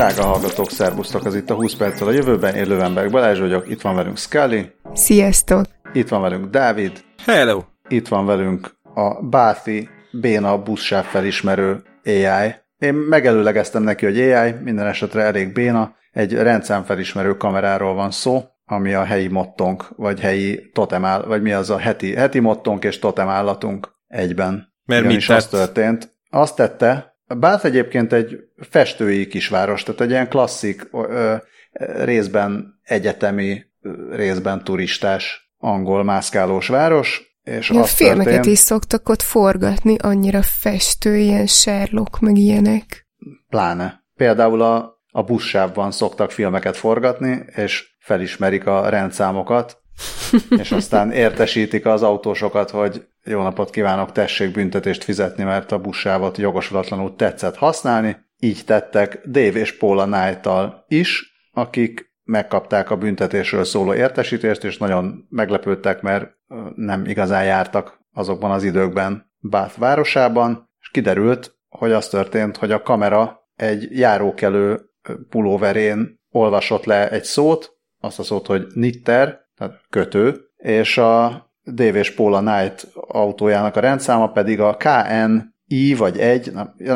Drága hallgatók, szervusztok! Ez itt a 20 perccel a jövőben. Én Lövenberg Balázs vagyok, itt van velünk Scully. Sziasztok! Itt van velünk Dávid. Hello! Itt van velünk a Báthi béna buszsáv felismerő AI. Én megelőlegeztem neki, hogy AI, minden esetre elég béna. Egy rendszámfelismerő kameráról van szó, ami a helyi mottónk, vagy helyi totem vagy mi az a heti mottónk és totem állatunk egyben. Mert mit tett? Az történt. Azt tette, Bath egyébként egy festői kisváros, tehát egy ilyen klasszik, részben egyetemi, részben turistás, angol mászkálós város, és ja, azt filmeket történt, is szoktak ott forgatni, annyira festő, ilyen Sherlock, meg ilyenek. Pláne. Például a buszsávban szoktak filmeket forgatni, és felismerik a rendszámokat, és aztán értesítik az autósokat, hogy jó napot kívánok, tessék büntetést fizetni, mert a buszsávot jogosulatlanul tetszett használni. Így tettek Dave és Paula Knight-tal is, akik megkapták a büntetésről szóló értesítést, és nagyon meglepődtek, mert nem igazán jártak azokban az időkben Bath városában, és kiderült, hogy az történt, hogy a kamera egy járókelő pulóverén olvasott le egy szót, azt a szót, hogy knitter, tehát kötő, és a Dave és Paula Knight autójának a rendszáma pedig a KN-I vagy 1,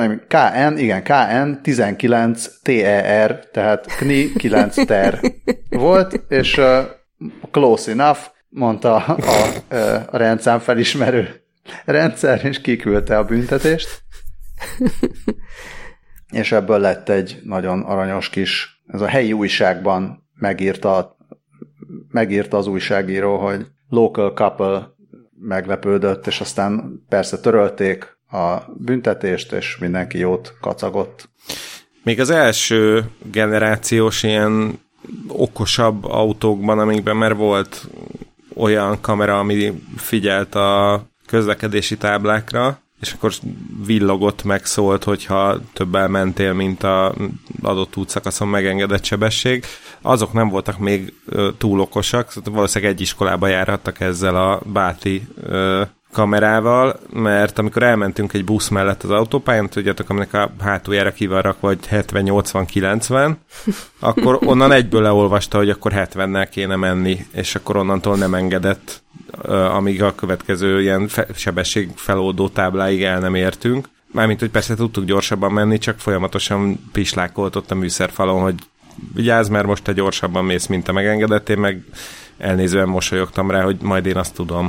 KN 19 TER, tehát KNI 9 TER volt, és close enough, mondta a rendszám felismerő rendszer, és kiküldte a büntetést. És ebből lett egy nagyon aranyos kis, ez a helyi újságban megírta az újságíró, hogy local couple meglepődött, és aztán persze törölték a büntetést, és mindenki jót kacagott. Még az első generációs ilyen okosabb autókban, amikben már volt olyan kamera, ami figyelt a közlekedési táblákra, és akkor villogott, megszólt, hogyha többel mentél, mint az adott útszakaszon megengedett sebesség. Azok nem voltak még túl okosak, valószínűleg egy iskolába járhattak ezzel a Báthi kamerával, mert amikor elmentünk egy busz mellett az autópályán, tudjátok, aminek a hátuljára ki van rakva, vagy 70-80-90, akkor onnan egyből leolvasta, hogy akkor 70-nel kéne menni, és akkor onnantól nem engedett, amíg a következő ilyen sebességfeloldó tábláig el nem értünk. Mármint, hogy persze tudtuk gyorsabban menni, csak folyamatosan pislákolt ott a műszerfalon, hogy vigyázz, mert most te gyorsabban mész, mint te megengedett, én meg elnézően mosolyogtam rá, hogy majd én azt tudom.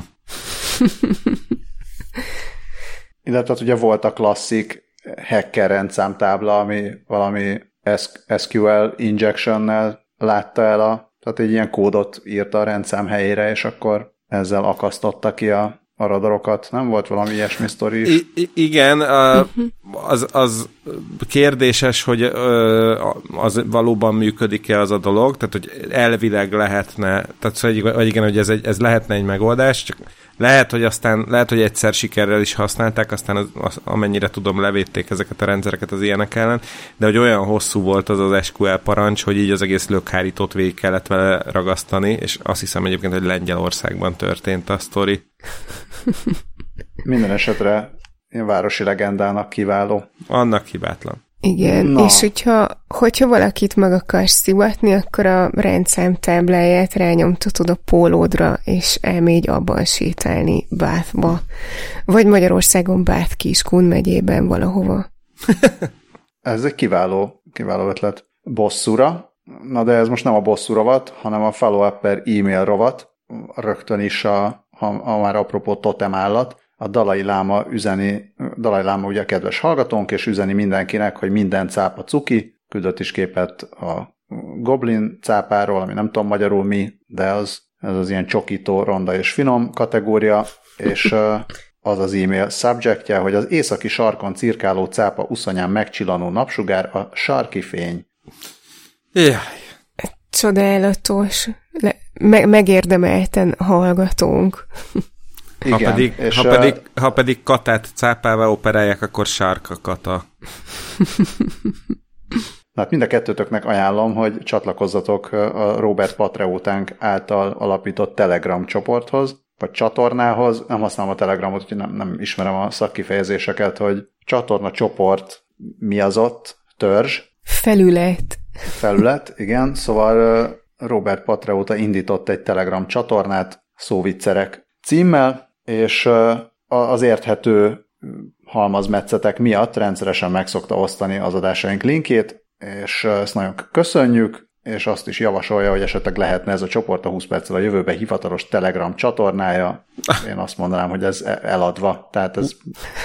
Illetve ugye volt a klasszik hacker rendszámtábla, ami valami SQL injectionnel látta el tehát egy ilyen kódot írta a rendszám helyére, és akkor ezzel akasztotta ki a radarokat. Nem volt valami ilyesmi sztori is? Igen, az kérdéses, hogy az valóban működik-e az a dolog, tehát hogy elvileg lehetne, tehát hogy igen, hogy ez lehetne egy megoldás, csak lehet, hogy egyszer sikerrel is használták, aztán amennyire tudom, levédték ezeket a rendszereket az ilyenek ellen, de hogy olyan hosszú volt az SQL parancs, hogy így az egész lökhárítót végig kellett vele ragasztani, és azt hiszem egyébként, hogy Lengyelországban történt a sztori. Minden esetre ilyen városi legendának kiváló. Annak hibátlan. Igen, na. És hogyha valakit meg akarsz szivatni, akkor a rendszámtábláját rányomtatod a pólódra, és elmégy abban sétálni Bathba. Vagy Magyarországon Bath Kiskun megyében valahova. Ez egy kiváló ötlet. Bosszúra. Na de ez most nem a bosszú rovat, hanem a follow-up per e-mail rovat. Rögtön is ha már apropó totem állat. A Dalai Láma ugye kedves hallgatónk, és üzeni mindenkinek, hogy minden cápa cuki, küldött is képet a goblin cápáról, ami nem tudom magyarul mi, de ez az ilyen csokító, ronda és finom kategória, és az az e-mail subjectje, hogy az északi sarkon cirkáló cápa uszonyán megcsillanó napsugár a sarki fény. Jaj. Csodálatos. Megérdemelten hallgatónk. Igen, ha pedig katát cápával operálják, akkor sárka kata. Hát mind a kettőtöknek ajánlom, hogy csatlakozzatok a Robert Patreótánk által alapított Telegram csoporthoz, vagy csatornához. Nem használom a Telegramot, úgyhogy nem ismerem a szakkifejezéseket, hogy csatorna, csoport, mi az ott, törzs. Felület, igen. Szóval Robert Patriota indított egy Telegram csatornát szóviccerek címmel, és az érthető halmazmetszetek miatt rendszeresen meg szokta osztani az adásaink linkjét, és ezt nagyon köszönjük, és azt is javasolja, hogy esetleg lehetne ez a csoport a 20 perccel a jövőbe hivatalos Telegram csatornája. Én azt mondanám, hogy ez eladva, tehát ez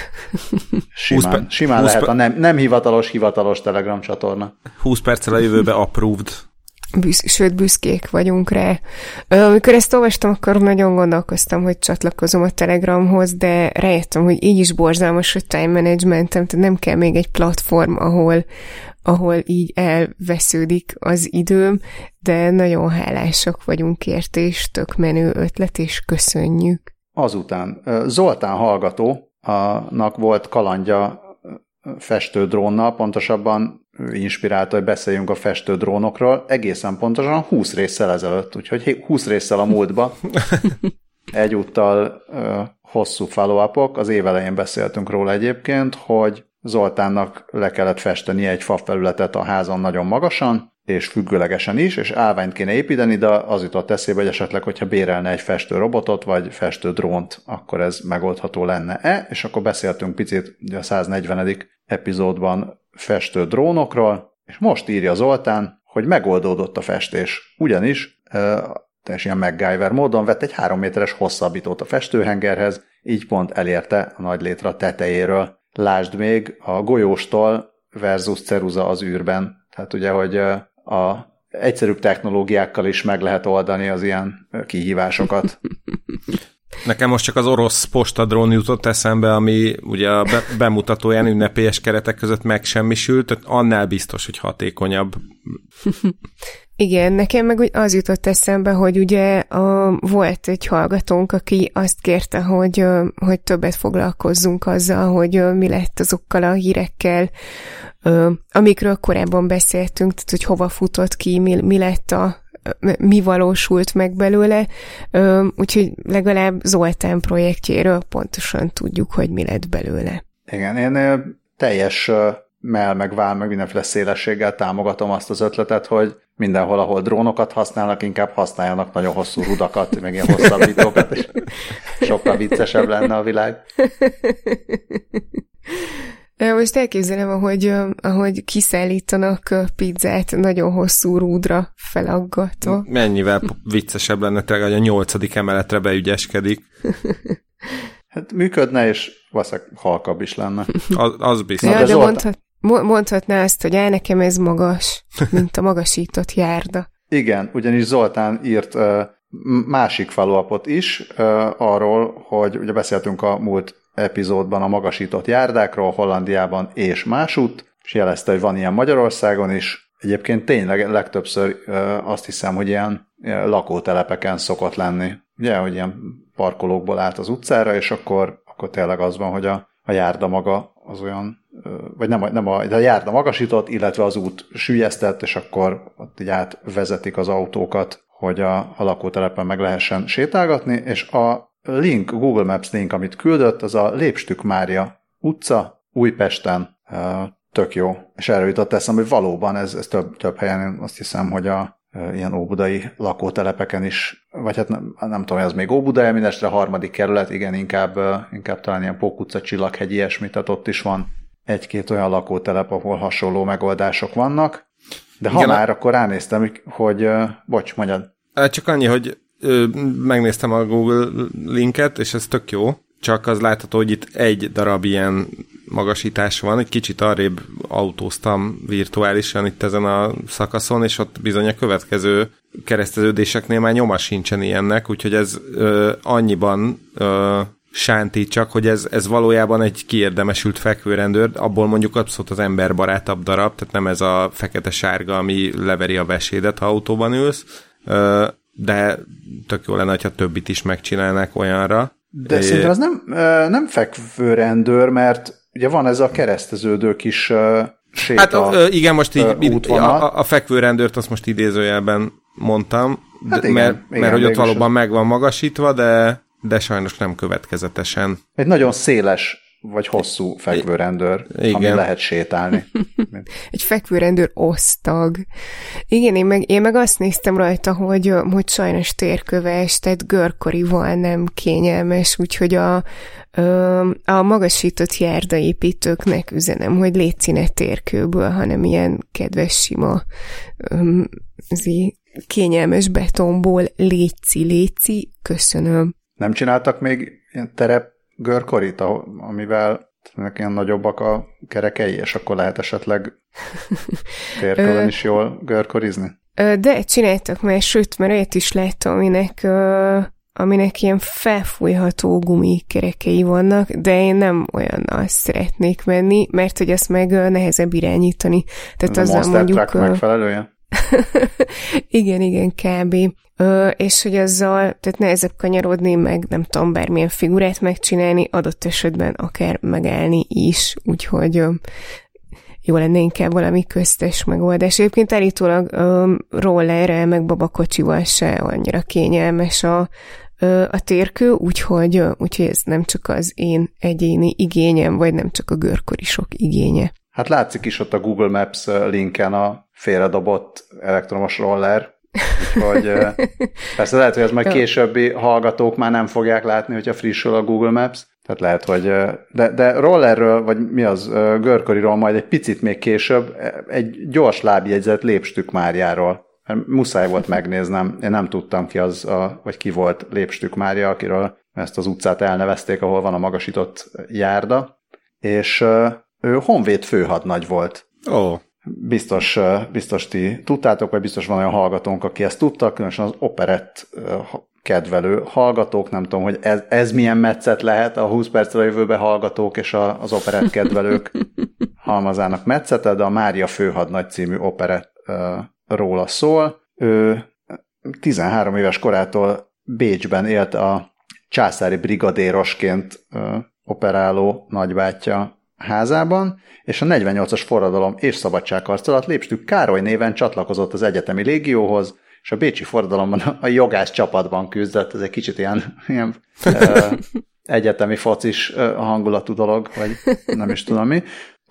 simán lehet a nem hivatalos Telegram csatorna. 20 perccel a jövőbe approved. Sőt, büszkék vagyunk rá. Amikor ezt olvastam, akkor nagyon gondolkoztam, hogy csatlakozom a Telegramhoz, de rájöttem, hogy így is borzalmas a time managementem, tehát nem kell még egy platform, ahol így elvesződik az időm, de nagyon hálásak vagyunk érte, és tök menő ötlet, és köszönjük. Azután Zoltán hallgatónak volt kalandja festődrónnal, pontosabban inspirálta, hogy beszéljünk a festődrónokról, egészen pontosan 20 résszel ezelőtt, úgyhogy 20 résszel a múltba. Egyúttal hosszú follow-upok, az év elején beszéltünk róla egyébként, hogy Zoltánnak le kellett festeni egy fafelületet a házon nagyon magasan, és függőlegesen is, és állványt kéne építeni, de az jutott eszébe, hogy esetleg, hogyha bérelne egy festő robotot, vagy festő drónt, akkor ez megoldható lenne-e, és akkor beszéltünk picit a 140. epizódban festő drónokról, és most írja Zoltán, hogy megoldódott a festés. Ugyanis teljesen ilyen MacGyver módon vett egy 3 méteres hosszabbítót a festőhengerhez, így pont elérte a nagy létra tetejéről. Lásd még a golyóstól versus ceruza az űrben. Tehát ugye, hogy a egyszerűbb technológiákkal is meg lehet oldani az ilyen kihívásokat. Nekem most csak az orosz postadrón jutott eszembe, ami ugye a bemutatóján ünnepélyes keretek között megsemmisült, tehát annál biztos, hogy hatékonyabb. Igen, nekem meg az jutott eszembe, hogy ugye volt egy hallgatónk, aki azt kérte, hogy többet foglalkozzunk azzal, hogy mi lett azokkal a hírekkel, amikről korábban beszéltünk, tehát hogy hova futott ki, mi lett mi valósult meg belőle, úgyhogy legalább Zoltán projektjéről pontosan tudjuk, hogy mi lett belőle. Igen, én teljes mell, meg vál, meg mindenféle szélességgel támogatom azt az ötletet, hogy mindenhol, ahol drónokat használnak, inkább használjanak nagyon hosszú rudakat, meg ilyen hosszabbítókat, és sokkal viccesebb lenne a világ. Most elképzelem, ahogy kiszállítanak pizzát nagyon hosszú rúdra felaggatva. Mennyivel viccesebb lenne tényleg, hogy a 8. emeletre beügyeskedik. Hát működne, és valószínűleg halkabb is lenne. Az biztos. Ja, de mondhatná azt, hogy nekem ez magas, mint a magasított járda. Igen, ugyanis Zoltán írt másik follow-upot is arról, hogy ugye beszéltünk a múlt epizódban a magasított járdákról Hollandiában és másutt, és jelezte, hogy van ilyen Magyarországon is. Egyébként tényleg legtöbbször azt hiszem, hogy ilyen lakótelepeken szokott lenni. Ugye, hogy ilyen parkolókból állt az utcára, és akkor tényleg az van, hogy a járda maga az olyan, vagy nem a járda magasított, illetve az út süllyesztett, és akkor ott így átvezetik az autókat, hogy a lakótelepen meg lehessen sétálgatni, és a link, Google Maps link, amit küldött, az a Lépstük Mária utca, Újpesten, tök jó. És erről jutott eszembe, hogy valóban ez több helyen, én azt hiszem, hogy ilyen óbudai lakótelepeken is, vagy hát nem tudom, ez még Óbudai, mindestre 3. kerület, igen, inkább talán ilyen Pók utca, Csillaghegy, ilyesmi, tehát ott is van egy-két olyan lakótelep, ahol hasonló megoldások vannak. De ha igen, már, akkor ránéztem, hogy bocs, mondjad. Csak annyi, hogy megnéztem a Google linket, és ez tök jó, csak az látható, hogy itt egy darab ilyen magasítás van, egy kicsit arrébb autóztam virtuálisan itt ezen a szakaszon, és ott bizony a következő kereszteződéseknél már nyoma sincsen ilyennek, úgyhogy ez annyiban sántít csak, hogy ez valójában egy kiérdemesült fekvőrendőr, abból mondjuk abszolút az emberbarátabb darab, tehát nem ez a fekete-sárga, ami leveri a vesédet, ha autóban ülsz, de tök jó lenne, ha többit is megcsinálnák olyanra. De szerintem az nem fekvőrendőr, mert ugye van ez a kereszteződő kis séta. Hát igen, most így a fekvőrendőrt azt most idézőjelben mondtam, hát igen, mert hogy ott valóban meg van magasítva, de sajnos nem következetesen. Egy nagyon széles vagy hosszú fekvőrendőr, igen. ami lehet sétálni. Egy fekvőrendőr osztag. Igen, én meg azt néztem rajta, hogy sajnos térköves, tehát görkorival nem kényelmes, úgyhogy a magasított járdaépítőknek üzenem, hogy létszi ne térkőből, hanem ilyen kedves, sima kényelmes betonból léci, köszönöm. Nem csináltak még ilyen terep görkorit, amivel ilyen nagyobbak a kerekei, és akkor lehet esetleg térkövön is jól görkorizni? De csináltak már, sőt, mert olyat is láttam, aminek ilyen felfújható gumikerekei vannak, de én nem olyannal szeretnék menni, mert hogy azt meg nehezebb irányítani. Tehát a Monster Truck megfelelője? Igen, kb. És hogy azzal, tehát nehezebb kanyarodni, meg nem tudom, bármilyen figurát megcsinálni, adott esetben akár megállni is, úgyhogy jó lenne inkább valami köztes megoldás. Egyébként állítólag rollerrel, meg babakocsival se annyira kényelmes a térkő, úgyhogy ez nem csak az én egyéni igényem, vagy nem csak a görkorisok igénye. Hát látszik is ott a Google Maps linken a félredobott elektromos roller, úgyhogy persze lehet, hogy ez majd későbbi hallgatók már nem fogják látni, hogyha frissül a Google Maps, tehát lehet, hogy de rollerről, vagy mi az, görkoriról majd egy picit még később egy gyors lábjegyzet Lépstük Máriáról. Muszáj volt megnéznem, én nem tudtam ki az, vagy ki volt Lépstük Mária, akiről ezt az utcát elnevezték, ahol van a magasított járda, és ő honvéd főhadnagy volt. Ó. Biztos ti tudtátok, vagy biztos van olyan hallgatónk, aki ezt tudta, különösen az operett kedvelő hallgatók, nem tudom, hogy ez milyen metszet lehet a 20 percre a jövőbe hallgatók és az operett kedvelők halmazának metszete, de a Mária főhadnagy című operett róla szól. Ő 13 éves korától Bécsben élt a császári brigadérosként operáló nagybátyja házában, és a 48-as forradalom és szabadságharc alatt Lépstük Károly néven csatlakozott az egyetemi légióhoz, és a bécsi forradalomban a jogász csapatban küzdött. Ez egy kicsit ilyen egyetemi focis hangulatú dolog, vagy nem is tudom mi.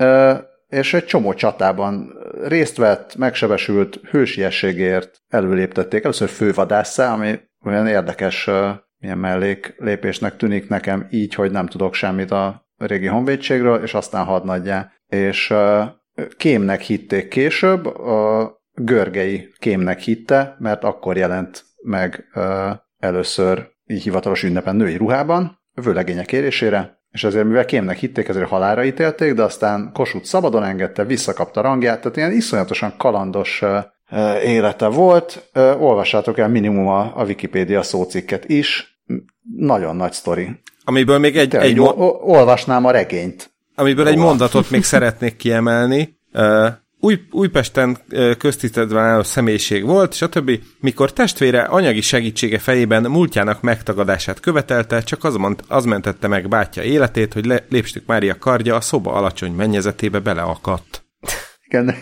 És egy csomó csatában részt vett, megsebesült, hősiességért előléptették. Először fővadásszá, ami olyan érdekes ilyen melléklépésnek tűnik nekem így, hogy nem tudok semmit a régi honvédségről, és aztán hadnaggyá. És kémnek hitték később, a Görgei kémnek hitte, mert akkor jelent meg először így hivatalos ünnepen női ruhában, vőlegények kérésére, és ezért, mivel kémnek hitték, ezért halálra ítélték, de aztán Kossuth szabadon engedte, visszakapta rangját, tehát ilyen iszonyatosan kalandos élete volt. Olvassátok el minimum a Wikipédia szócikket is. Nagyon nagy sztori. Amiből még olvasnám a regényt. Amiből egy mondatot még szeretnék kiemelni. Újpesten köztiszteletben álló személyiség volt, stb. Mikor testvére anyagi segítsége fejében múltjának megtagadását követelte, csak az mentette meg bátyja életét, hogy Lépstük Mária kardja a szoba alacsony mennyezetébe beleakadt. Igen,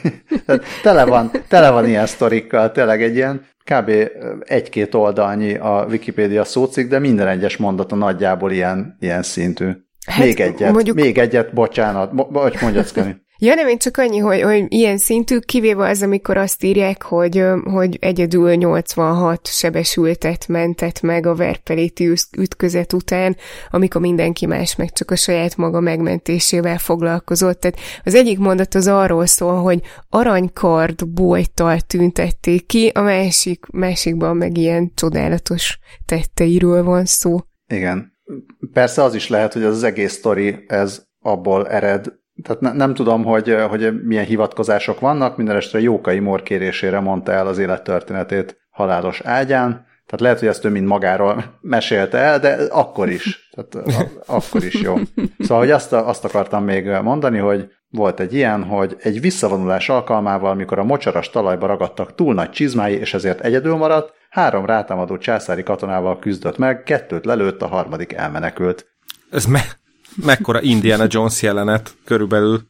tele van ilyen sztorikkal, tényleg egy ilyen kb. 1-2 oldalnyi a Wikipédia szócikk, de minden egyes mondata nagyjából ilyen szintű. Hát, még egyet, bocsánat, mondjad, Szkeni. Ja, nem, én csak annyi, hogy ilyen szintű, kivéve az, amikor azt írják, hogy egyedül 86 sebesültet mentett meg a Verpeléti ütközet után, amikor mindenki más meg csak a saját maga megmentésével foglalkozott. Tehát az egyik mondat az arról szól, hogy aranykard bojttal tüntették ki, a másikban meg ilyen csodálatos tetteiről van szó. Igen. Persze az is lehet, hogy az egész sztori ez abból ered. Tehát nem tudom, hogy milyen hivatkozások vannak, mindenestre Jókai Mór kérésére mondta el az élettörténetét halálos ágyán, tehát lehet, hogy ezt ő mind magáról mesélte el, de akkor is. Tehát akkor is jó. Szóval, hogy azt akartam még mondani, hogy volt egy ilyen, hogy egy visszavonulás alkalmával, mikor a mocsaras talajba ragadtak túl nagy csizmái, és ezért egyedül maradt, 3 rátámadó császári katonával küzdött meg, 2 lelőtt, a 3. elmenekült. Ez mekkora Indiana Jones jelenet körülbelül.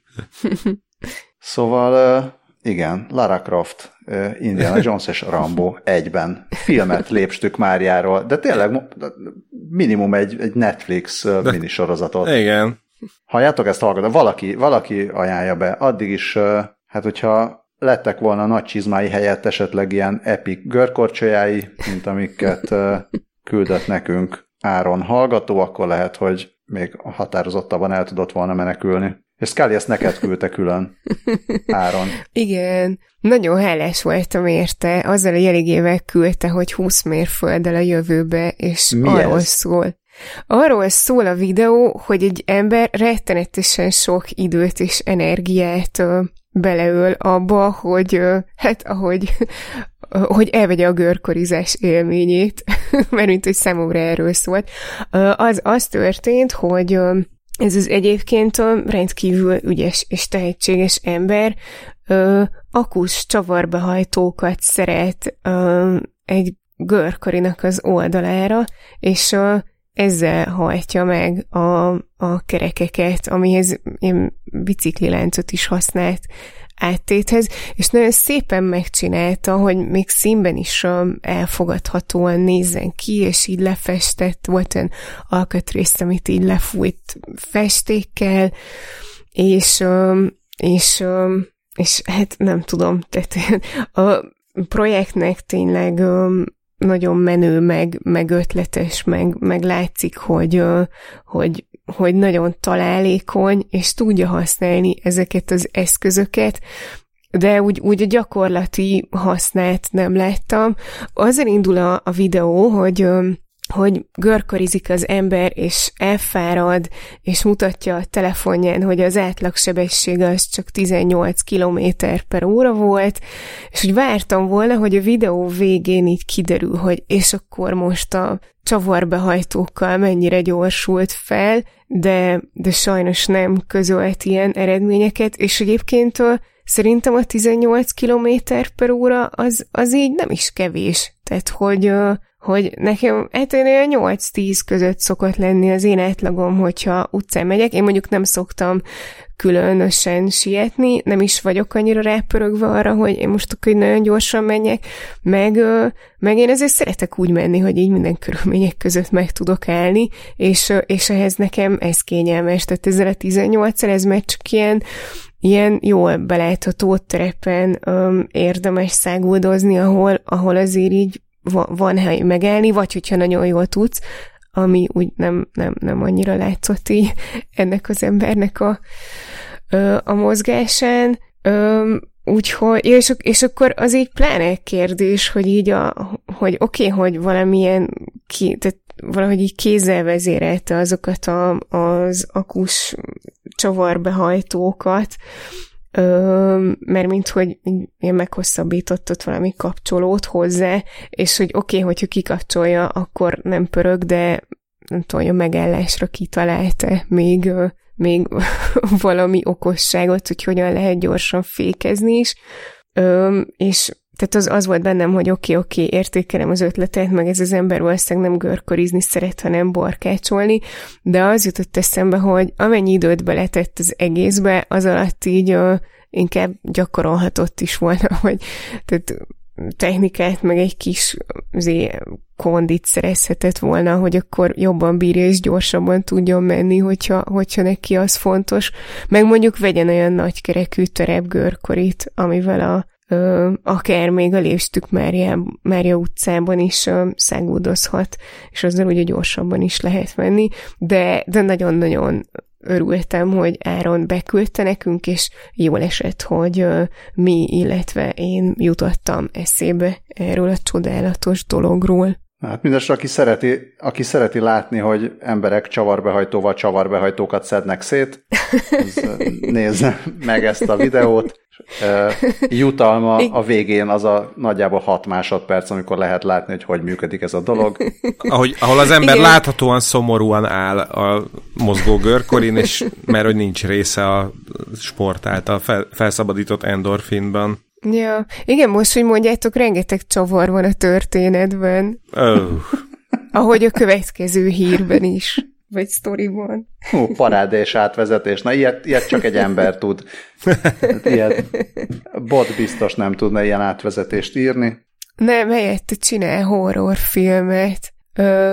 Szóval igen, Lara Croft, Indiana Jones és Rambo egyben. Filmet Lépstük Máriáról, de tényleg minimum egy Netflix minisorozatot. Igen. Halljátok ezt, hallgatom, valaki ajánlja be. Addig is, hát hogyha lettek volna nagy csizmái helyett esetleg ilyen epic görkorcsolyái, mint amiket küldött nekünk Áron hallgató, akkor lehet, hogy még határozottabban el tudott volna menekülni. És Scully ezt neked küldte külön, Áron. Igen, nagyon hálás voltam érte, azzal a jeligével küldte, hogy 20 mérfölddel a jövőbe, és mi arról ez? szól. Arról szól a videó, hogy egy ember rettenetesen sok időt és energiát beleöl abba, hogy hogy elvegye a görkorizás élményét, mert mint hogy számomra erről szólt. Az történt, hogy ez az egyébként rendkívül ügyes és tehetséges ember akus csavarbehajtókat szeret egy görkorinak az oldalára, és ezzel hajtja meg a kerekeket, amihez ilyen bicikliláncot is használt áttéthez, és nagyon szépen megcsinálta, hogy még színben is elfogadhatóan nézzen ki, és így lefestett, volt olyan alkatrész, amit így lefújt festékkel, és hát nem tudom, tehát a projektnek tényleg nagyon menő, meg ötletes, meg látszik, hogy nagyon találékony, és tudja használni ezeket az eszközöket, de úgy a gyakorlati hasznát nem láttam. Azért indul a videó, hogy görkorizik az ember, és elfárad, és mutatja a telefonján, hogy az átlagsebessége az csak 18 km/h volt, és úgy vártam volna, hogy a videó végén így kiderül, hogy és akkor most a csavarbehajtókkal mennyire gyorsult fel, de sajnos nem közölt ilyen eredményeket, és egyébként szerintem a 18 km/h az így nem is kevés. Tehát, hogy nekem olyan 8-10 között szokott lenni az én átlagom, hogyha utcán megyek. Én mondjuk nem szoktam különösen sietni, nem is vagyok annyira rápörögve arra, hogy én most akkor nagyon gyorsan menjek, meg én ezért szeretek úgy menni, hogy így minden körülmények között meg tudok állni, és ehhez nekem ez kényelmes. Tehát ezzel a 18-el ez már csak ilyen jól belátható terepen érdemes száguldozni, ahol azért így van hely megállni, vagy hogyha nagyon jól tudsz, ami úgy nem annyira látszott így ennek az embernek a mozgásán. Úgyhogy, és akkor az így pláne kérdés, hogy így hogy oké, hogy valamilyen tehát valahogy így kézzel vezérelte azokat az akus csavarbehajtókat, mert minthogy ilyen meghosszabbított ott valami kapcsolót hozzá, és hogy oké, hogyha kikapcsolja, akkor nem pörög, de nem tudom, hogy a megállásra kitalálta még valami okosságot, hogy hogyan lehet gyorsan fékezni is, és tehát az volt bennem, hogy oké, értékelem az ötletet, meg ez az ember valószínűleg nem görkorizni szeret, hanem barkácsolni, de az jutott eszembe, hogy amennyi időt beletett az egészbe, az alatt így inkább gyakorolhatott is volna, hogy tehát technikát, meg egy kis kondit szerezhetett volna, hogy akkor jobban bírja és gyorsabban tudjon menni, hogyha neki az fontos. Meg mondjuk vegyen olyan nagykerekű terepgörkorit, amivel akár még a Lépstük Mária utcában is száguldozhat, és azzal ugye gyorsabban is lehet menni, de nagyon-nagyon örültem, hogy Áron beküldte nekünk, és jól esett, hogy mi, illetve én jutottam eszébe erről a csodálatos dologról. Hát mindesre, aki szereti látni, hogy emberek csavarbehajtóval csavarbehajtókat szednek szét, nézze meg ezt a videót. Jutalma a végén az a nagyjából 6 másodperc, amikor lehet látni, hogy működik ez a dolog. Ahol az ember láthatóan szomorúan áll a mozgó görkorin, és mert hogy nincs része a sport által felszabadított endorfinban. Ja, igen, most, hogy mondjátok, rengeteg csavar van a történetben. Ahogy a következő hírben is, vagy sztoriban. Parádés átvezetés. Na, ilyet csak egy ember tud. Ilyet bot biztos nem tudna ilyen átvezetést írni. Nem, helyette csinál horrorfilmet.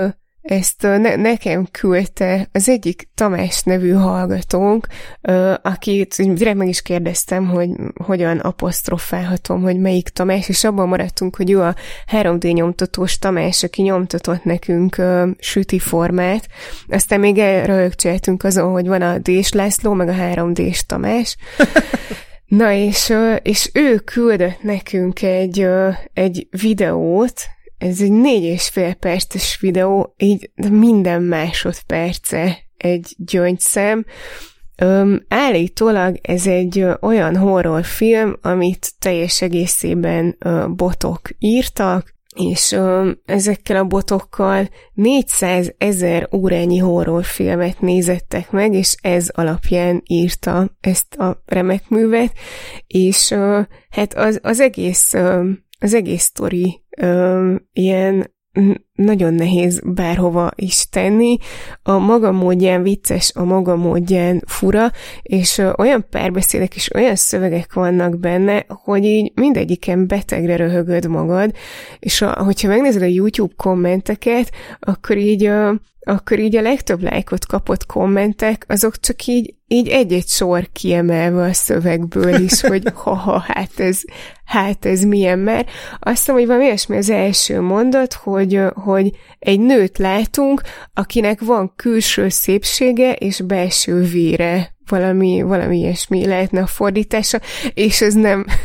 nekem küldte az egyik Tamás nevű hallgatónk, akit direkt meg is kérdeztem, hogy hogyan apostrofálhatom, hogy melyik Tamás, és abban maradtunk, hogy ő a 3D nyomtatós Tamás, aki nyomtatott nekünk süti formát. Aztán még elröhögcseltünk azon, hogy van a D-s László, meg a 3D-s Tamás. Na, és ő küldött nekünk egy videót, ez egy 4,5 perces videó, így minden másodperce egy gyöngyszem. Állítólag ez egy olyan horrorfilm, amit teljes egészében botok írtak, és ezekkel a botokkal 400 000 órányi horrorfilmet nézettek meg, és ez alapján írta ezt a remek művet, és hát az egész sztori ilyen nagyon nehéz bárhova is tenni, a maga módján vicces, a maga módján fura, és olyan párbeszédek és olyan szövegek vannak benne, hogy így mindegyiken betegre röhögöd magad, és hogyha megnézed a YouTube kommenteket, akkor így a legtöbb lájkot kapott kommentek, azok csak így egy-egy sor kiemelve a szövegből is, hogy hát ez milyen már. Azt hiszem, hogy valami olyasmi az első mondat, hogy egy nőt látunk, akinek van külső szépsége és belső vére. Valami ilyesmi lehetne a fordítása, és ez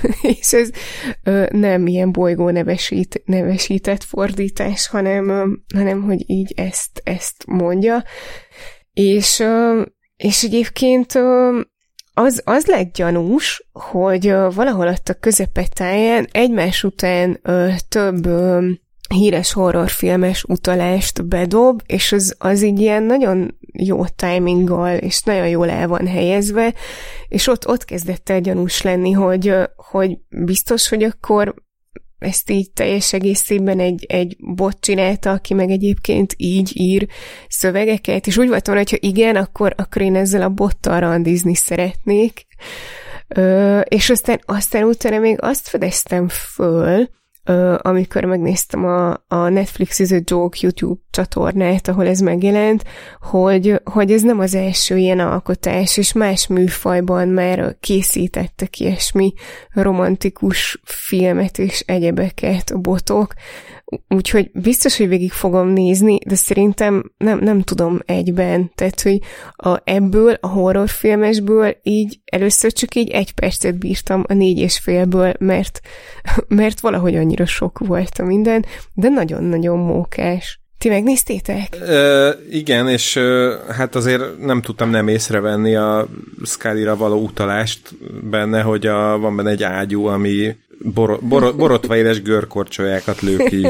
nem ilyen bolygó nevesített fordítás, hanem hogy így ezt mondja. És egyébként az lett gyanús, hogy valahol ott a közepetáján egymás után több híres horrorfilmes utalást bedob, és az így ilyen nagyon jó timinggal, és nagyon jól el van helyezve, és ott kezdett el gyanús lenni, hogy biztos, hogy akkor ezt így teljes egészében egy bot csinálta, aki meg egyébként így ír szövegeket, és úgy voltam, hogy ha igen, akkor én ezzel a bottal randizni szeretnék. És aztán utána még azt fedeztem föl, amikor megnéztem a Netflix is a Joke YouTube csatornát, ahol ez megjelent, hogy ez nem az első ilyen alkotás, és más műfajban már készítettek ilyesmi romantikus filmet és egyebeket a botok, úgyhogy biztos, hogy végig fogom nézni, de szerintem nem tudom egyben. Tehát, hogy ebből, a horrorfilmesből így először csak így 1 percet bírtam a 4,5-ből, mert valahogy annyira sok volt a minden, de nagyon-nagyon mókás. Ti megnéztétek? Igen, és hát azért nem tudtam nem észrevenni a Scullyra való utalást benne, hogy van benne egy ágyú, ami borotva éles görkorcsolyákat lő ki.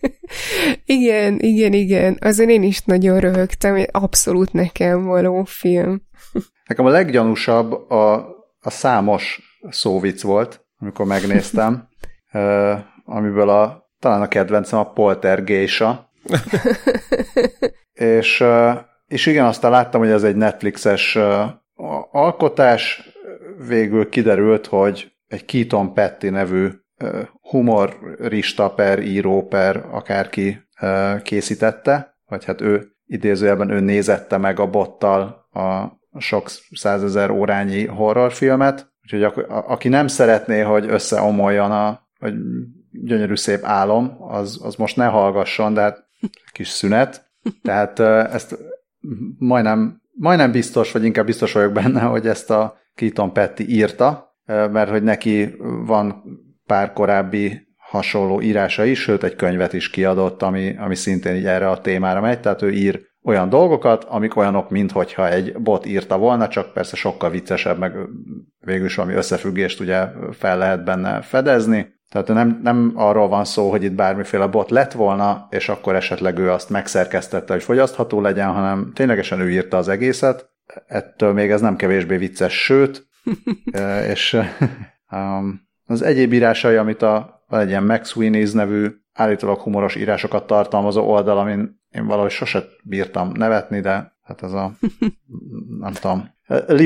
Igen. Azon én is nagyon röhögtem, abszolút nekem való film. Nekem a leggyanúsabb a számos szóvic volt, amikor megnéztem, amiből talán a kedvencem a poltergeisa. és igen, aztán láttam, hogy ez egy Netflixes alkotás, végül kiderült, hogy egy Keaton Petty nevű humorista per író per akárki készítette, vagy hát ő idézőjelben ő nézette meg a bottal a sok 100 000 órányi horrorfilmet, úgyhogy aki nem szeretné, hogy összeomoljon vagy gyönyörű szép álom, az most ne hallgasson, de hát kis szünet. Tehát ezt majdnem biztos, vagy inkább biztos vagyok benne, hogy ezt a Keaton Petty írta, mert hogy neki van pár korábbi hasonló írása is, sőt egy könyvet is kiadott, ami szintén így erre a témára megy, tehát ő ír olyan dolgokat, amik olyanok, minthogyha egy bot írta volna, csak persze sokkal viccesebb, meg végül is valami összefüggést ugye fel lehet benne fedezni. Tehát nem arról van szó, hogy itt bármiféle bot lett volna, és akkor esetleg ő azt megszerkesztette, hogy fogyasztható legyen, hanem ténylegesen ő írta az egészet. Ettől még ez nem kevésbé vicces, sőt, és az egyéb írásai, amit egy ilyen Max Sweeney's nevű állítólag humoros írásokat tartalmazó oldal, amin én valahogy sose bírtam nevetni, de hát ez nem tudom,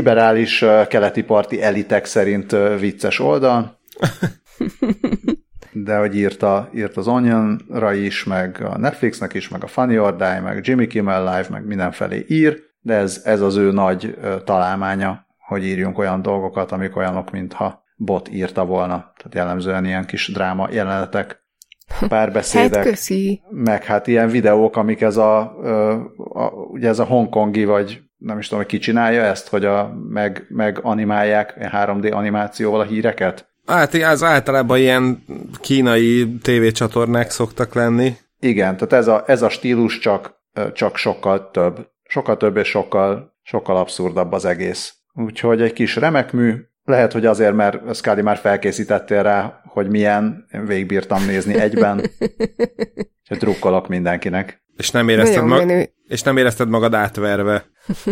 liberális keleti parti elitek szerint vicces oldal. de hogy írt az Onionra is, meg a Netflixnek is, meg a Funny or Die, meg Jimmy Kimmel Live, meg mindenfelé ír, de ez az ő nagy találmánya, hogy írjunk olyan dolgokat, amik olyanok, mintha bot írta volna. Tehát jellemzően ilyen kis dráma jelenetek, párbeszédek, Hát köszi. meg hát ilyen videók, amik ugye ez a hongkongi, vagy nem is tudom, hogy ki csinálja ezt, hogy meg animálják 3D animációval a híreket. Hát az általában ilyen kínai tévécsatornák szoktak lenni. Igen, tehát ez a stílus csak sokkal több. Sokkal több és sokkal abszurdabb az egész. Úgyhogy egy kis remek mű. Lehet, hogy azért, mert Scully már felkészítettél rá, hogy milyen, végigbírtam nézni egyben. Úgyhogy drukkolok mindenkinek. És nem érezted magad átverve?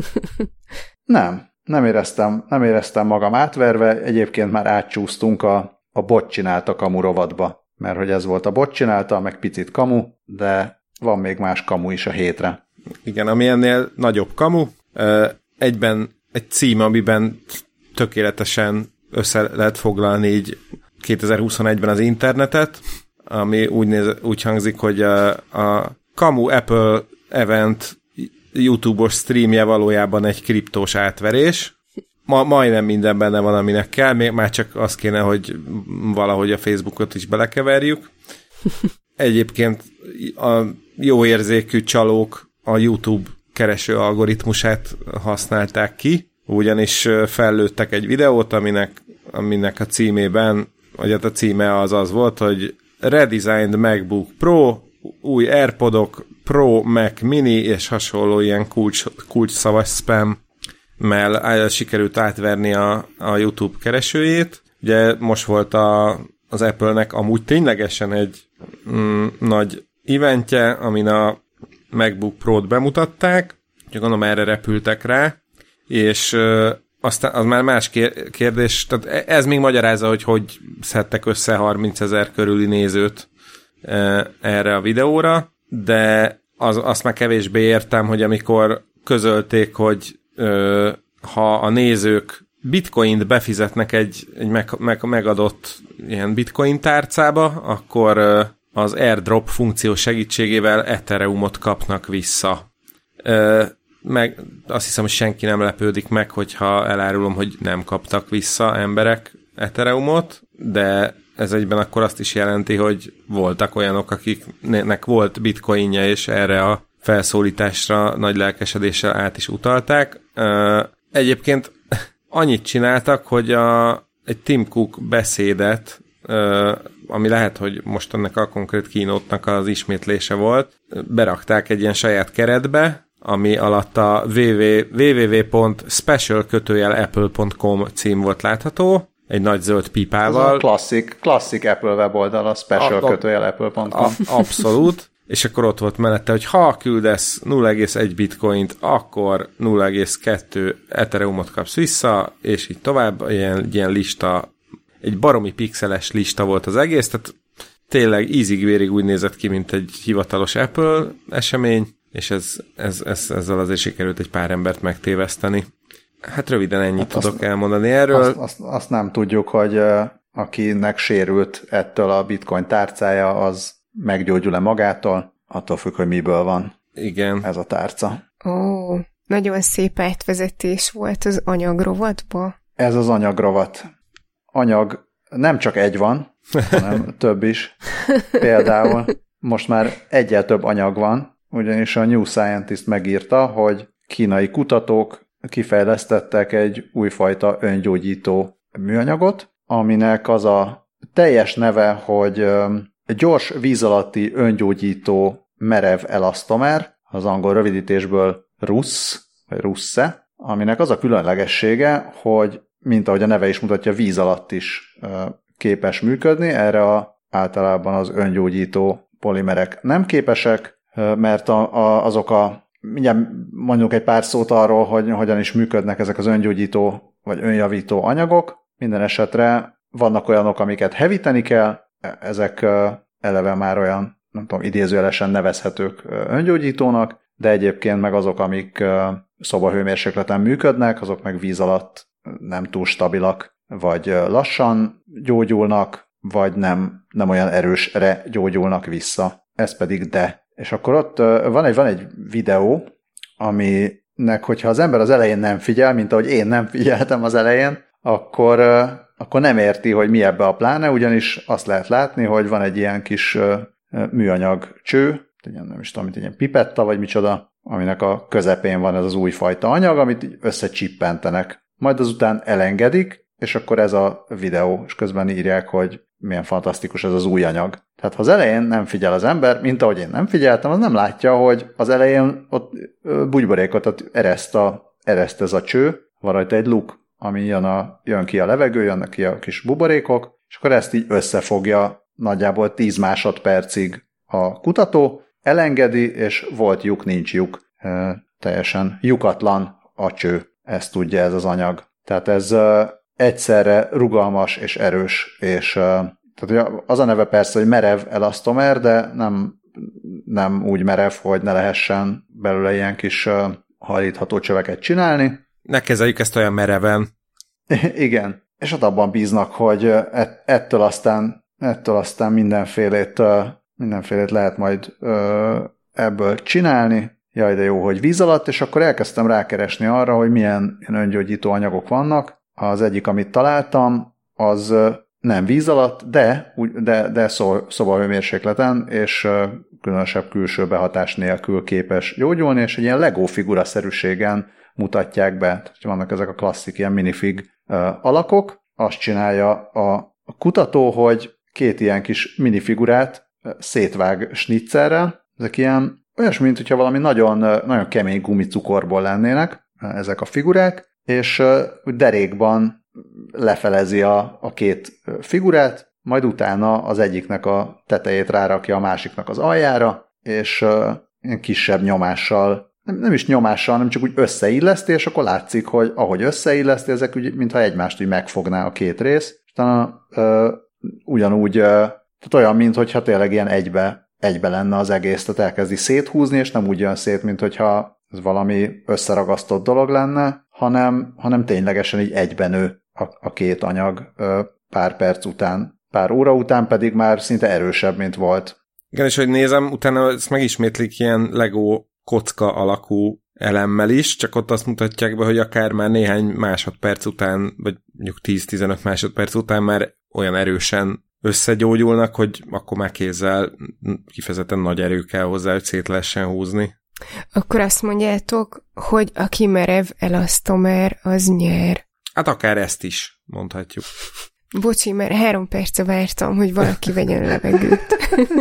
Nem éreztem magam átverve. Egyébként már átcsúsztunk a bot csinálta kamu rovatba. Mert hogy ez volt a bot csinálta, meg picit kamu, de van még más kamu is a hétre. Igen, ami ennél nagyobb kamu. Egyben egy cím, amiben tökéletesen össze lehet foglalni így 2021-ben az internetet, ami úgy hangzik, hogy a Kamu Apple event YouTube-os streamje valójában egy kriptós átverés. Majdnem minden benne van, aminek kell, még már csak az kéne, hogy valahogy a Facebookot is belekeverjük. Egyébként a jó érzékű csalók a YouTube kereső algoritmusát használták ki, ugyanis fellőttek egy videót, aminek a címében, vagy a címe az volt, hogy Redesigned MacBook Pro, új AirPodok, Pro Mac Mini, és hasonló ilyen kulcs szavas spammel sikerült átverni a YouTube keresőjét. Ugye most volt az Apple-nek amúgy ténylegesen egy nagy eventje, amin a MacBook Pro-t bemutatták, csak gondolom erre repültek rá, és aztán az már más kérdés, tehát ez még magyarázza, hogy szedtek össze 30 000 körüli nézőt erre a videóra, de azt már kevésbé értem, hogy amikor közölték, hogy ha a nézők bitcoint befizetnek egy megadott ilyen bitcoin tárcába, akkor az airdrop funkció segítségével Ethereumot kapnak vissza. Meg azt hiszem, hogy senki nem lepődik meg, hogyha elárulom, hogy nem kaptak vissza emberek Ethereumot, de ez egyben akkor azt is jelenti, hogy voltak olyanok, akiknek volt bitcoinja, és erre a felszólításra nagy lelkesedéssel át is utalták. Egyébként annyit csináltak, hogy egy Tim Cook beszédet, ami lehet, hogy most ennek a konkrét keynote-nak az ismétlése volt, berakták egy ilyen saját keretbe, ami alatt a www.special-apple.com cím volt látható, egy nagy zöld pipával. Ez a klasszik Apple weboldal, a special-apple.com. Abszolút. És akkor ott volt mellette, hogy ha küldesz 0,1 bitcoint, akkor 0,2 Ethereumot kapsz vissza, és így tovább, ilyen lista, egy baromi pixeles lista volt az egész, tehát tényleg ízig-vérig úgy nézett ki, mint egy hivatalos Apple esemény, és ezzel azért sikerült egy pár embert megtéveszteni. Hát röviden ennyit tudok elmondani erről. Azt nem tudjuk, hogy akinek sérült ettől a bitcoin tárcája, az meggyógyul-e magától, attól függ, hogy miből van. Igen. Ez a tárca. Ó, nagyon szép átvezetés volt az anyagrovatba. Ez az anyagrovat. Anyag nem csak egy van, hanem több is. Például most már egyel több anyag van, ugyanis a New Scientist megírta, hogy kínai kutatók kifejlesztettek egy újfajta öngyógyító műanyagot, aminek az a teljes neve, hogy gyors víz alatti öngyógyító merev elasztomer, az angol rövidítésből RUSS, vagy RUSSE, aminek az a különlegessége, hogy mint ahogy a neve is mutatja, víz alatt is képes működni, erre általában az öngyógyító polimerek nem képesek, mert mindjárt mondjuk egy pár szót arról, hogy hogyan is működnek ezek az öngyógyító vagy önjavító anyagok. Minden esetre vannak olyanok, amiket hevíteni kell, ezek eleve már olyan, nem tudom, idézőjelesen nevezhetők öngyógyítónak, de egyébként meg azok, amik szobahőmérsékleten működnek, azok meg víz alatt nem túl stabilak, vagy lassan gyógyulnak, vagy nem olyan erősre gyógyulnak vissza. Ez pedig de. És akkor ott van egy videó, aminek, hogyha az ember az elején nem figyel, mint ahogy én nem figyeltem az elején, akkor nem érti, hogy mi ebbe a pláne, ugyanis azt lehet látni, hogy van egy ilyen kis műanyag cső, nem is tudom, mint egy ilyen pipetta, vagy micsoda, aminek a közepén van ez az újfajta anyag, amit összecsippentenek. Majd azután elengedik, és akkor ez a videó, és közben írják, hogy milyen fantasztikus ez az új anyag. Tehát ha az elején nem figyel az ember, mint ahogy én nem figyeltem, az nem látja, hogy az elején ott bugyborékot ereszt ez a cső, van rajta egy luk, ami jön ki a levegő, jönnek ki a kis buborékok, és akkor ezt így összefogja nagyjából 10 másodpercig a kutató, elengedi, és volt lyuk, nincs lyuk. Teljesen lyukatlan a cső. Ezt tudja ez az anyag. Tehát ez egyszerre rugalmas és erős, és tehát az a neve persze, hogy merev elasztomer, de nem úgy merev, hogy ne lehessen belőle ilyen kis hajlítható csöveket csinálni. Ne kezeljük ezt olyan mereven. Igen, és ott abban bíznak, hogy ettől aztán mindenfélét lehet majd ebből csinálni. Jaj, de jó, hogy víz alatt, és akkor elkezdtem rákeresni arra, hogy milyen öngyógyító anyagok vannak. Az egyik, amit találtam, az nem víz alatt, de szobahőmérsékleten, és különösebb külső behatás nélkül képes gyógyulni, és egy ilyen Lego figura-szerűségen mutatják be. Tehát vannak ezek a klasszik ilyen minifig alakok. Azt csinálja a kutató, hogy 2 ilyen kis minifigurát szétvág snitzerrel. Ezek ilyen olyasmi, mint hogyha valami nagyon, nagyon kemény gumicukorból lennének ezek a figurák, és derékban lefelezi a 2 figurát, majd utána az egyiknek a tetejét rárakja a másiknak az aljára, és ilyen kisebb nyomással, nem is nyomással, hanem csak úgy összeilleszti, és akkor látszik, hogy ahogy összeilleszti, ezek úgy, mintha egymást úgy megfogná a 2 rész, és utána ugyanúgy, tehát olyan, mintha tényleg ilyen egybe lenne az egész, tehát elkezdi széthúzni, és nem úgy jön szét, mint hogyha ez valami összeragasztott dolog lenne, hanem ténylegesen így egyben nő a 2 anyag pár perc után. Pár óra után pedig már szinte erősebb, mint volt. Igen, és hogy nézem, utána ezt megismétlik ilyen Lego kocka alakú elemmel is, csak ott azt mutatják be, hogy akár már néhány másodperc után, vagy mondjuk 10-15 másodperc után már olyan erősen összegyógyulnak, hogy akkor már kézzel kifejezetten nagy erő kell hozzá, hogy szét lehessen húzni. Akkor azt mondjátok, hogy aki merev elasztomer, az nyer. Hát akár ezt is mondhatjuk. Bocsi, mert 3 perce vártam, hogy valaki vegyen levegőt.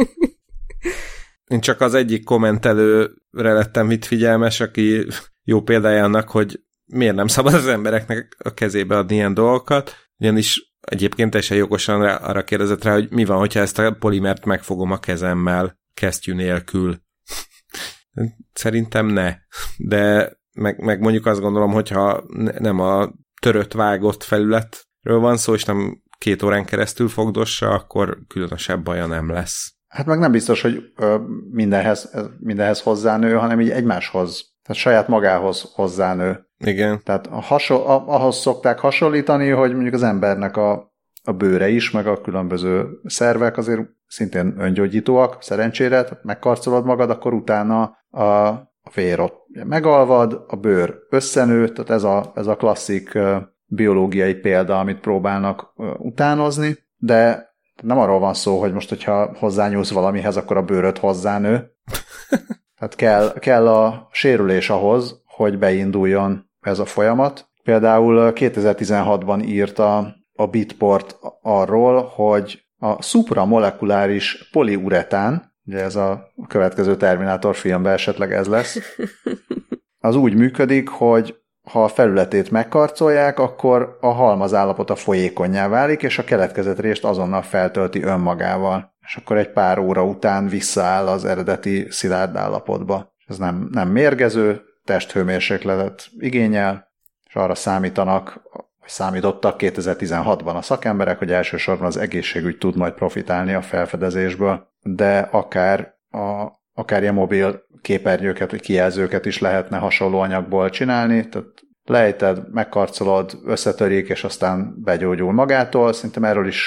Én csak az egyik kommentelőre lettem itt figyelmes, aki jó példája annak, hogy miért nem szabad az embereknek a kezébe adni ilyen dolgokat, ugyanis egyébként teljesen jogosan arra kérdezett rá, hogy mi van, hogyha ezt a polimert megfogom a kezemmel, kesztyű nélkül. Szerintem ne. De meg mondjuk azt gondolom, hogyha nem a törött, vágott felületről van szó, és nem 2 órán keresztül fogdossa, akkor különösebb baja nem lesz. Hát meg nem biztos, hogy mindenhez hozzánő, hanem így egymáshoz, tehát saját magához hozzánő. Igen. Tehát ahhoz szokták hasonlítani, hogy mondjuk az embernek a bőre is, meg a különböző szervek azért szintén öngyógyítóak, szerencsére, tehát megkarcolod magad, akkor utána a vér ott megalvad, a bőr összenő, tehát ez a klasszik biológiai példa, amit próbálnak utánozni, de nem arról van szó, hogy most, hogyha hozzányúlsz valamihez, akkor a bőröd hozzánő. Tehát kell a sérülés ahhoz, hogy beinduljon ez a folyamat. Például 2016-ban írt a Bitport arról, hogy a szupramolekuláris poliuretán, ugye ez a következő Terminátor filmben esetleg ez lesz, az úgy működik, hogy ha a felületét megkarcolják, akkor a halmaz állapota folyékonnyá válik, és a keletkezett részt azonnal feltölti önmagával. És akkor egy pár óra után visszaáll az eredeti szilárd állapotba. Ez nem mérgező, testhőmérsékletet igényel, és arra számítottak 2016-ban a szakemberek, hogy elsősorban az egészségügy tud majd profitálni a felfedezésből, de akár ilyen mobil képernyőket vagy kijelzőket is lehetne hasonló anyagból csinálni, tehát lejted, megkarcolod, összetörik, és aztán begyógyul magától. Szerintem erről is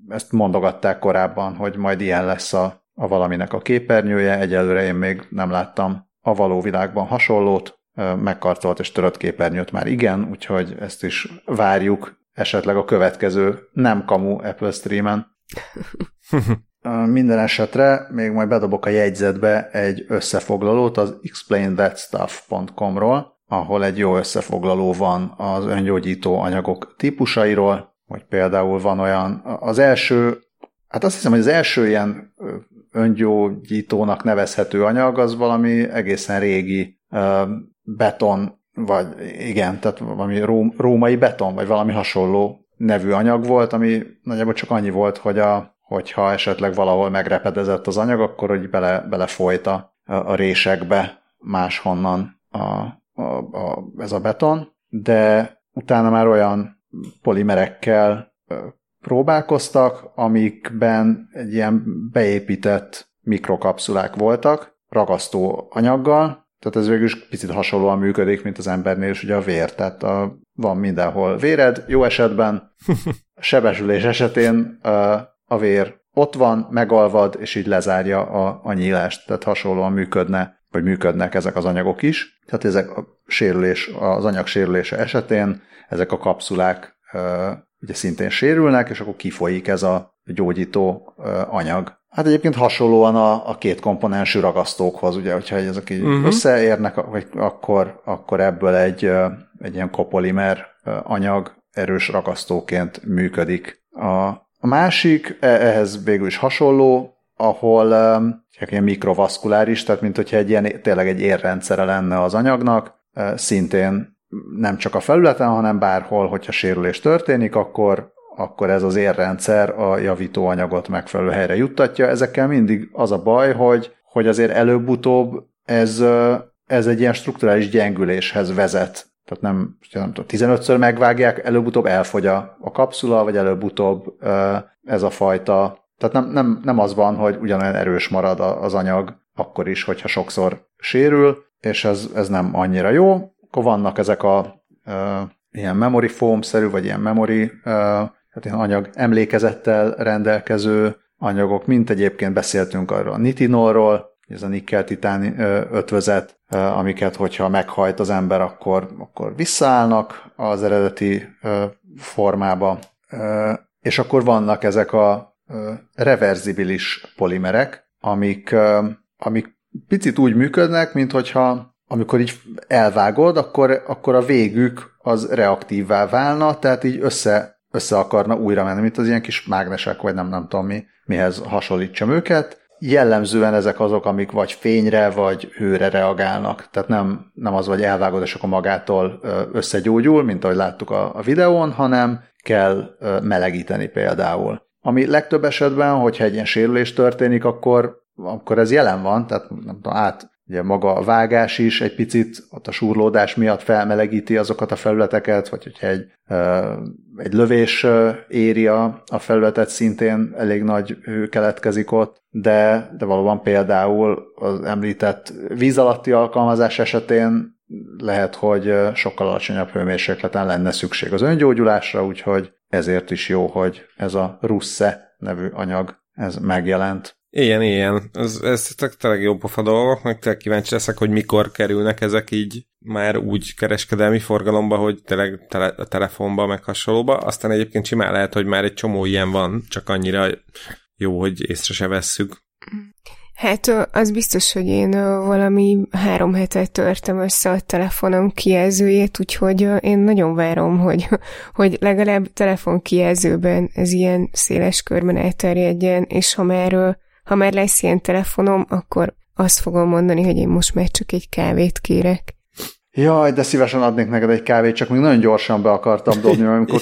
ezt mondogatták korábban, hogy majd ilyen lesz a valaminek a képernyője, egyelőre én még nem láttam a való világban hasonlót, megkarcolt és törött képernyőt már igen, úgyhogy ezt is várjuk esetleg a következő nem kamu Apple Streamen. Minden esetre még majd bedobok a jegyzetbe egy összefoglalót az explainthatstuff.com-ról, ahol egy jó összefoglaló van az öngyógyító anyagok típusairól, hogy például van olyan, az első, hát azt hiszem, hogy az első ilyen öngyógyítónak nevezhető anyag az valami egészen régi beton, vagy igen, tehát valami római beton, vagy valami hasonló nevű anyag volt, ami nagyjából csak annyi volt, hogyha esetleg valahol megrepedezett az anyag, akkor hogy belefolyt a résekbe máshonnan ez a beton, de utána már olyan polimerekkel próbálkoztak, amikben egy ilyen beépített mikrokapszulák voltak, ragasztó anyaggal, tehát ez végül is picit hasonlóan működik, mint az embernél is ugye a vér, tehát van mindenhol véred, jó esetben, sebesülés esetén a vér ott van, megalvad, és így lezárja a nyílást, tehát hasonlóan működnek ezek az anyagok is, tehát ezek az anyag sérülése esetén ezek a kapszulák ugye szintén sérülnek, és akkor kifolyik ez a gyógyító anyag. Hát egyébként hasonlóan a két komponensű ragasztókhoz, ugye, hogyha ezek így összeérnek, akkor ebből egy ilyen kopolimer anyag erős ragasztóként működik. A másik, ehhez végül is hasonló, ahol ilyen mikrovaszkuláris, tehát mint hogyha tényleg egy érrendszere lenne az anyagnak, szintén nem csak a felületen, hanem bárhol, hogyha sérülés történik, akkor ez az érrendszer a javító anyagot megfelelő helyre juttatja. Ezekkel mindig az a baj, hogy azért előbb-utóbb ez egy ilyen strukturális gyengüléshez vezet. Tehát nem tudom, 15-ször megvágják, előbb-utóbb elfogy a kapszula, vagy előbb-utóbb ez a fajta. Tehát nem az van, hogy ugyanolyan erős marad az anyag akkor is, hogyha sokszor sérül, és ez nem annyira jó. Akkor vannak ezek ilyen memory foam-szerű, vagy ilyen memory, tehát ilyen anyag emlékezettel rendelkező anyagok, mint egyébként beszéltünk arról a nitinolról, ez a nikkel-titán ötvözet, amiket, hogyha meghajt az ember, akkor visszaállnak az eredeti formába. És akkor vannak ezek a reverzibilis polimerek, amik picit úgy működnek, mint hogyha amikor így elvágod, akkor a végük az reaktívvá válna, tehát így össze akarna újra menni, mint az ilyen kis mágnesek, vagy nem tudom mihez hasonlítsam őket. Jellemzően ezek azok, amik vagy fényre, vagy hőre reagálnak. Tehát nem az, vagy elvágod, és akkor magától összegyógyul, mint ahogy láttuk a videón, hanem kell melegíteni például. Ami legtöbb esetben, hogyha egy ilyen sérülés történik, akkor ez jelen van, tehát nem tudom, ugye maga a vágás is egy picit ott a súrlódás miatt felmelegíti azokat a felületeket, vagy hogyha egy lövés éri a felületet, szintén elég nagy hő keletkezik ott, de valóban például az említett víz alatti alkalmazás esetén lehet, hogy sokkal alacsonyabb hőmérsékleten lenne szükség az öngyógyulásra, úgyhogy ezért is jó, hogy ez a Russe nevű anyag ez megjelent. Igen. Ez tényleg jó pofa dolgok, meg tényleg kíváncsi leszek, hogy mikor kerülnek ezek így már úgy kereskedelmi forgalomba, hogy tényleg a telefonba, meg hasonlóba. Aztán egyébként simán lehet, hogy már egy csomó ilyen van, csak annyira jó, hogy észre se vesszük. Hát az biztos, hogy én valami 3 hete törtem össze a telefonom kijelzőjét, úgyhogy én nagyon várom, hogy legalább telefonkijelzőben ez ilyen széles körben elterjedjen, és ha már lesz ilyen telefonom, akkor azt fogom mondani, hogy én most már csak egy kávét kérek. Jaj, de szívesen adnék neked egy kávét, csak még nagyon gyorsan be akartam dobni, amikor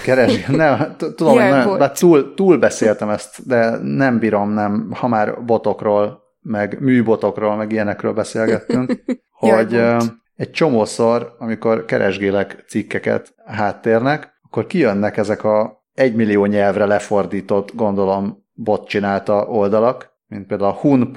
nem, tudom, hogy túl beszéltem ezt, de nem bírom, ha már botokról, meg műbotokról, meg ilyenekről beszélgettünk, hogy egy csomószor, amikor keresgélek cikkeket háttérnek, akkor kijönnek ezek a 1 millió nyelvre lefordított, gondolom, bot csinálta oldalak, mint például a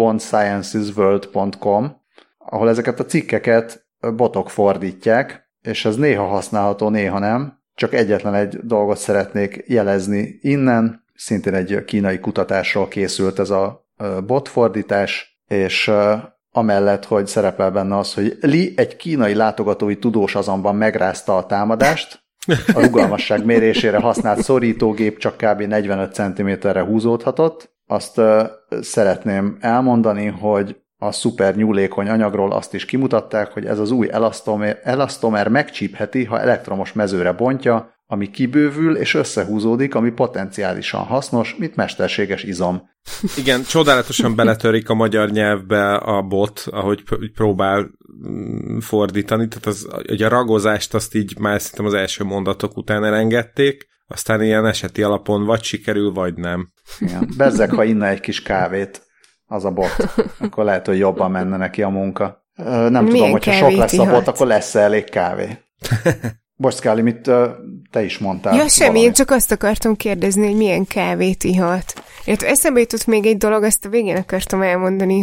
hun.sciencesworld.com, ahol ezeket a cikkeket botok fordítják, és ez néha használható, néha nem. Csak egyetlen egy dolgot szeretnék jelezni innen. szintén egy kínai kutatásról készült ez a botfordítás, és amellett, hogy szerepel benne az, hogy Li, egy kínai látogatói tudós azonban megrázta a támadást, a rugalmasság mérésére használt szorítógép csak kb. 45 cm-re húzódhatott. Azt szeretném elmondani, hogy a szuper nyúlékony anyagról azt is kimutatták, hogy ez az új elasztomer megcsípheti, ha elektromos mezőre bontja, ami kibővül és összehúzódik, ami potenciálisan hasznos, mint mesterséges izom. Igen, csodálatosan beletörik a magyar nyelvbe a bot, ahogy próbál fordítani, tehát hogy a ragozást azt így már szerintem az első mondatok után elengedték, aztán ilyen eseti alapon vagy sikerül, vagy nem. Igen. Bezzeg, ha inna egy kis kávét az a bot, akkor lehet, hogy jobban menne neki a munka. Nem tudom, hogyha sok lesz a bot, akkor lesz elég kávé. Bocs, Scully, mit te is mondtál? Ja, semmi, én csak azt akartam kérdezni, hogy milyen kávét ihat. Eszembe jutott még egy dolog, ezt a végén akartam elmondani,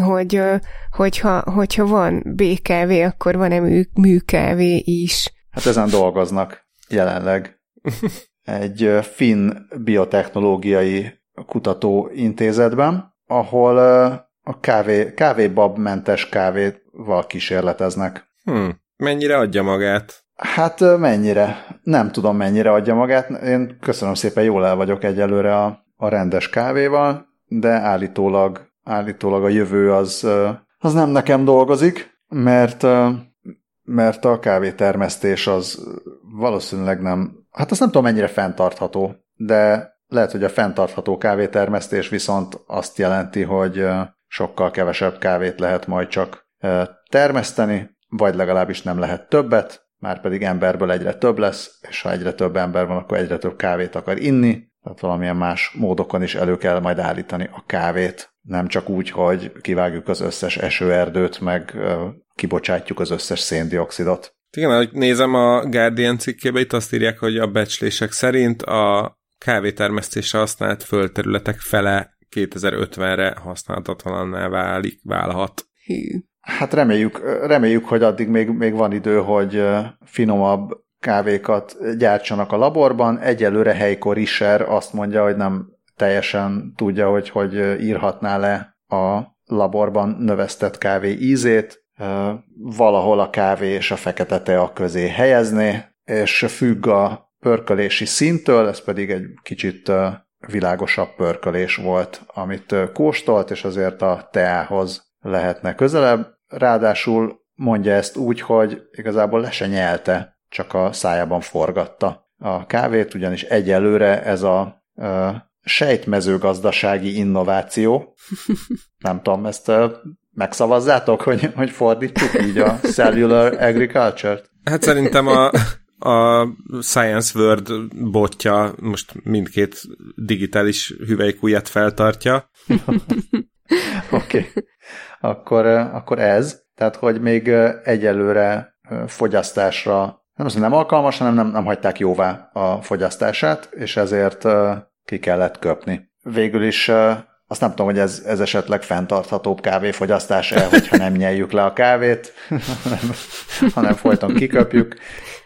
hogyha van B-kávé, akkor van-e műkávé is. Hát ezen dolgoznak jelenleg. Egy finn biotechnológiai kutatóintézetben, ahol a kávébabmentes kávéval kísérleteznek. Mennyire adja magát? Hát mennyire? Nem tudom, mennyire adja magát. Én köszönöm szépen, jól el vagyok egyelőre a rendes kávéval, de állítólag a jövő az nem nekem dolgozik, mert a kávétermesztés az valószínűleg nem, hát azt nem tudom, mennyire fenntartható, de lehet, hogy a fenntartható kávétermesztés viszont azt jelenti, hogy sokkal kevesebb kávét lehet majd csak termeszteni, vagy legalábbis nem lehet többet, márpedig emberből egyre több lesz, és ha egyre több ember van, akkor egyre több kávét akar inni, tehát valamilyen más módokon is elő kell majd állítani a kávét. Nem csak úgy, hogy kivágjuk az összes esőerdőt, meg kibocsátjuk az összes széndioxidot. Igen, ahogy nézem a Guardian cikkébe, itt azt írják, hogy a becslések szerint a kávétermesztésre használt földterületek fele 2050-re használhatatlanná válhat. Hát reméljük, hogy addig még van idő, hogy finomabb kávékat gyártsanak a laborban. Egyelőre Heiko Rischer azt mondja, hogy nem teljesen tudja, hogy írhatná le a laborban növesztett kávé ízét. Valahol a kávé és a fekete tea közé helyezné, és függ a pörkölési szintől, ez pedig egy kicsit világosabb pörkölés volt, amit kóstolt, és azért a teához lehetne közelebb. Ráadásul mondja ezt úgy, hogy igazából le se nyelte, csak a szájában forgatta a kávét, ugyanis egyelőre ez a sejtmezőgazdasági innováció, nem tudom, ezt megszavazzátok, hogy fordítsuk így a cellular agriculture-t? Hát szerintem a Science World botja most mindkét digitális hüvelykujjat feltartja. Oké. Akkor ez. Tehát, hogy még egyelőre fogyasztásra nem alkalmas, hanem nem hagyták jóvá a fogyasztását, és ezért ki kellett köpni. Végül is azt nem tudom, hogy ez esetleg fenntarthatóbb kávéfogyasztás-e, hogyha nem nyeljük le a kávét, hanem folyton kiköpjük.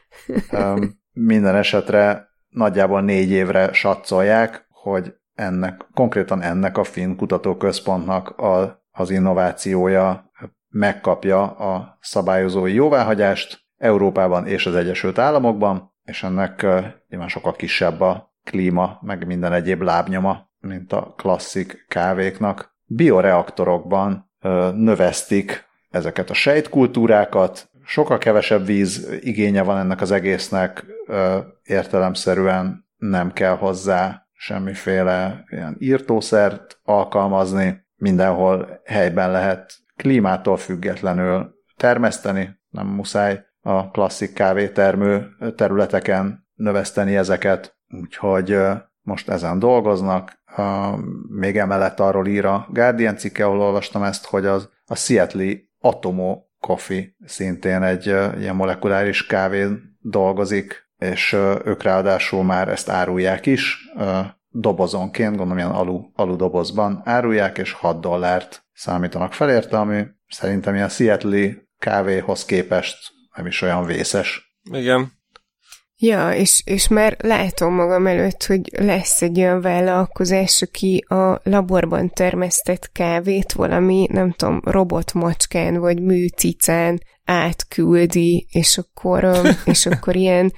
Minden esetre nagyjából 4 évre satszolják, hogy konkrétan ennek a finn kutatóközpontnak az innovációja megkapja a szabályozói jóváhagyást Európában és az Egyesült Államokban, és ennek nyilván sokkal kisebb a klíma, meg minden egyéb lábnyoma, mint a klasszik kávéknak. Bioreaktorokban növesztik ezeket a sejtkultúrákat, sokkal kevesebb víz igénye van ennek az egésznek, értelemszerűen nem kell hozzá semmiféle ilyen írtószert alkalmazni, mindenhol helyben lehet klímától függetlenül termeszteni, nem muszáj a klasszik kávétermő területeken növeszteni ezeket, úgyhogy most ezen dolgoznak. Még emellett arról ír a Guardian cikke, ahol olvastam ezt, hogy a Seattle-i Atomo Coffee szintén egy ilyen molekuláris kávén dolgozik, és ők ráadásul már ezt árulják is, dobozonként, gondolom ilyen alu dobozban árulják, és $6 számítanak fel érte, ami szerintem ilyen Seattle-i kávéhoz képest nem is olyan vészes. Igen. Ja, és már látom magam előtt, hogy lesz egy olyan vállalkozás, aki a laborban termesztett kávét valami, nem tudom, robotmacskán vagy műcicán átküldi, és akkor ilyen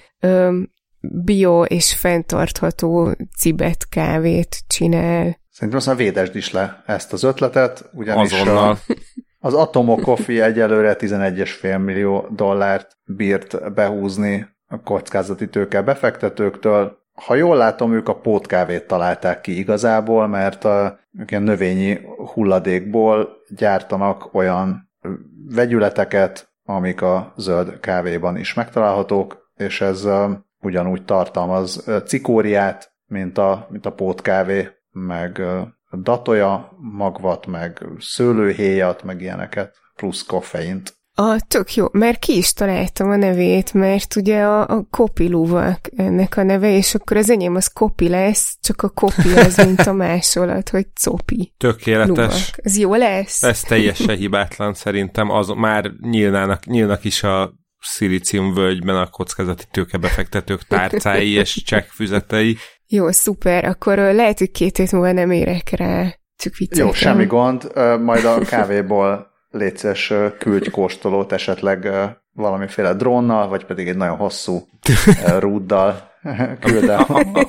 bio és fenntartható cibet kávét csinál. Szerintem aztán védesd is le ezt az ötletet, ugyanis azonnal. Az Atomo Coffee egyelőre $11,5 millió bírt behúzni a kockázati tőke befektetőktől. Ha jól látom, ők a pótkávét találták ki igazából, mert ilyen növényi hulladékból gyártanak olyan vegyületeket, amik a zöld kávéban is megtalálhatók, és ez ugyanúgy tartalmaz cikóriát, mint a pótkávé, meg datoja magvat, meg szőlőhéjat, meg ilyeneket, plusz koffeint. Tök jó, mert ki is találtam a nevét, mert ugye a Kopi Luvak ennek a neve, és akkor az enyém az Kopi lesz, csak a Kopi az, mint a másolat, hogy Copi. Tökéletes. Luvak. Ez jó lesz? Ez teljesen hibátlan szerintem, az már nyílnak is a szilíciumvölgyben a kockázati tőkebefektetők tárcái és csekkfüzetei. Jó, szuper, akkor lehet, hogy 2 hét múlva nem érek rá. Csak vicceltem. Jó, semmi gond, majd a kávéból légy szíves, küldj kóstolót esetleg valamiféle drónnal, vagy pedig egy nagyon hosszú rúddal küld el.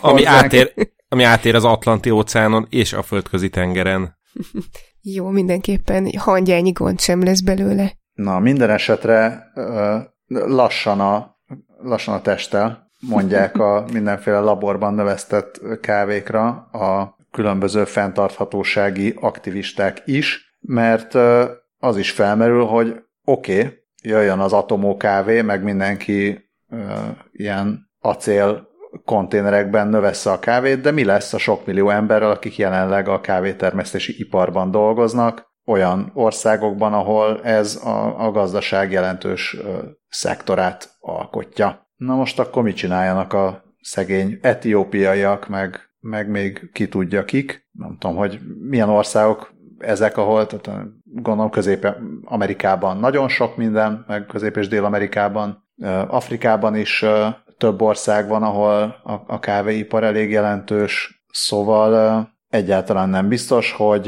Ami átér az Atlanti-óceánon és a Földközi tengeren. Jó, mindenképpen hangyányi gond sem lesz belőle. Na, minden esetre lassan a testtel mondják a mindenféle laborban növesztett kávékra a különböző fenntarthatósági aktivisták is, mert az is felmerül, hogy oké, jöjjön az Atomo kávé, meg mindenki ilyen acél konténerekben növessze a kávét, de mi lesz a sok millió emberrel, akik jelenleg a kávétermesztési iparban dolgoznak, olyan országokban, ahol ez a gazdaság jelentős szektorát alkotja. Na most akkor mit csináljanak a szegény etiópiaiak, meg még ki tudja kik? Nem tudom, hogy milyen országok ezek, ahol, tehát gondolom Közép-Amerikában nagyon sok minden, meg Közép- és Dél-Amerikában, Afrikában is több ország van, ahol a kávéipar elég jelentős, szóval egyáltalán nem biztos,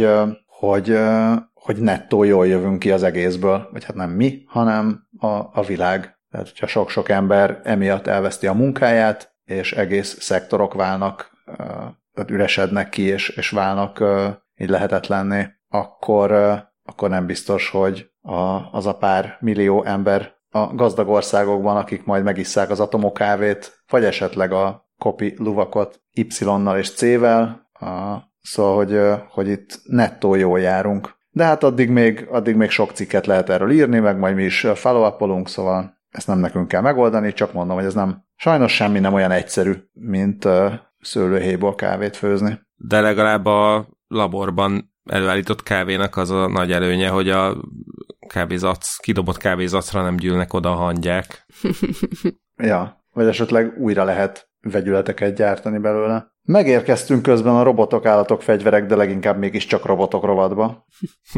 hogy nettó jól jövünk ki az egészből, vagy hát nem mi, hanem a világ. Tehát, hogyha sok-sok ember emiatt elveszti a munkáját, és egész szektorok válnak, tehát üresednek ki, és válnak így lehetetlenné, akkor nem biztos, hogy az a pár millió ember a gazdag országokban, akik majd megisszák az Atomo kávét, vagy esetleg a Kopi Luvakot Y-nal és C-vel, szóval, hogy itt nettó jól járunk. De hát addig még sok cikket lehet erről írni, meg majd mi is follow-upolunk, szóval ezt nem nekünk kell megoldani, csak mondom, hogy ez sajnos semmi nem olyan egyszerű, mint szőlőhéjból kávét főzni. De legalább a laborban előállított kávénak az a nagy előnye, hogy a kidobott kávézacra nem gyűlnek oda a hangyák. Ja, vagy esetleg újra lehet vegyületeket gyártani belőle. Megérkeztünk közben a robotok, állatok, fegyverek, de leginkább mégiscsak robotok rovatba.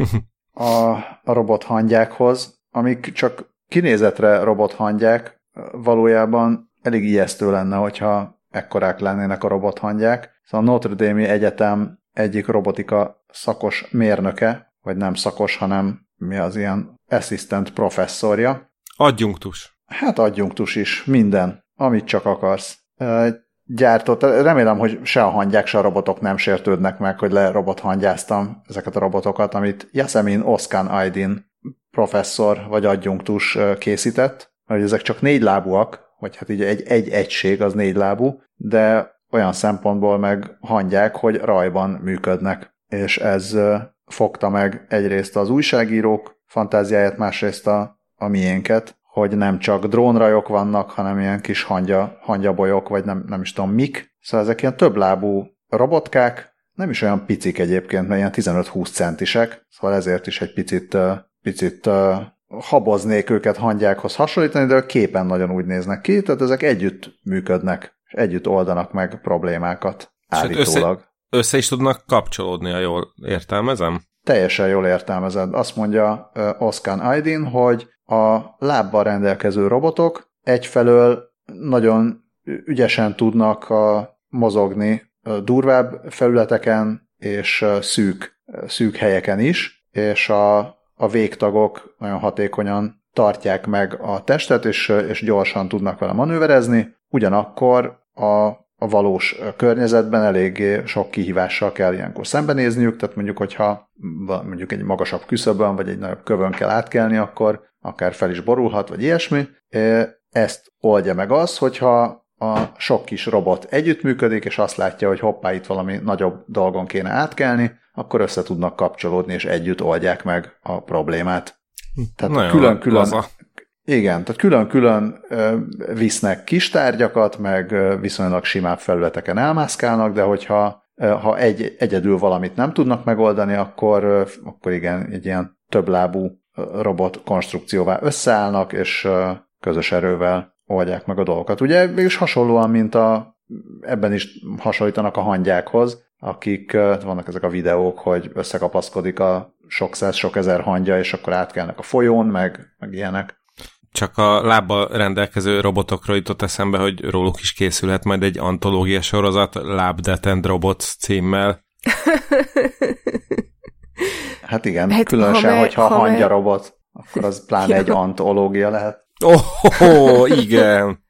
A robothangyákhoz, amik csak kinézetre robothangyák, valójában elég ijesztő lenne, hogyha ekkorák lennének a robothangyák. Szóval a Notre Dame-i Egyetem egyik robotika szakos mérnöke, vagy nem szakos, hanem mi az ilyen assistant professzorja. Adjunktus. Hát adjunktus is, minden, amit csak akarsz. Gyártott, remélem, hogy se a hangyák, se a robotok nem sértődnek meg, hogy lerobothangyáztam ezeket a robotokat, amit Yasemin Oskan-Aydin professzor vagy adjunktus készített, hogy ezek csak 4 lábúak, vagy hát így egy egység az 4 lábú, de olyan szempontból meg hangyák, hogy rajban működnek. És ez fogta meg egyrészt az újságírók fantáziáját, másrészt a miénket, hogy nem csak drónrajok vannak, hanem ilyen kis hangyabolyok, vagy nem is tudom mik. Szóval ezek ilyen többlábú robotkák, nem is olyan picik egyébként, mert ilyen 15-20 centisek, szóval ezért is egy picit haboznék őket hangyákhoz hasonlítani, de a képen nagyon úgy néznek ki, tehát ezek együtt működnek, és együtt oldanak meg problémákat állítólag. Össze is tudnak kapcsolódni, ha jól értelmezem? Teljesen jól értelmezed. Azt mondja Oskan-Aydin, hogy a lábbal rendelkező robotok egyfelől nagyon ügyesen tudnak mozogni durvább felületeken és szűk helyeken is, és a végtagok nagyon hatékonyan tartják meg a testet, és gyorsan tudnak vele manőverezni, ugyanakkor a valós környezetben eléggé sok kihívással kell ilyenkor szembenézniük, tehát mondjuk, hogyha mondjuk egy magasabb küszöbön, vagy egy nagyobb kövön kell átkelni, akkor akár fel is borulhat, vagy ilyesmi. Ezt oldja meg az, hogyha a sok kis robot együttműködik, és azt látja, hogy hoppá, itt valami nagyobb dolgon kéne átkelni, akkor össze tudnak kapcsolódni, és együtt oldják meg a problémát. Tehát külön-külön igen, tehát külön-külön visznek kis tárgyakat, meg viszonylag simább felületeken elmászkálnak, de hogyha egyedül valamit nem tudnak megoldani, akkor igen, egy ilyen többlábú robot konstrukcióvá összeállnak, és közös erővel oldják meg a dolgokat. Ugye mégis hasonlóan, mint ebben is hasonlítanak a hangyákhoz, akik, vannak ezek a videók, hogy összekapaszkodik a sok száz, sok ezer hangya, és akkor átkelnek a folyón, meg ilyenek. Csak a lábbal rendelkező robotokról jutott eszembe, hogy róluk is készülhet majd egy antológia sorozat, Lab, Death and Robots címmel. Hát igen, különösen, hogyha a hangya robot, akkor az pláne egy antológia lehet. Igen.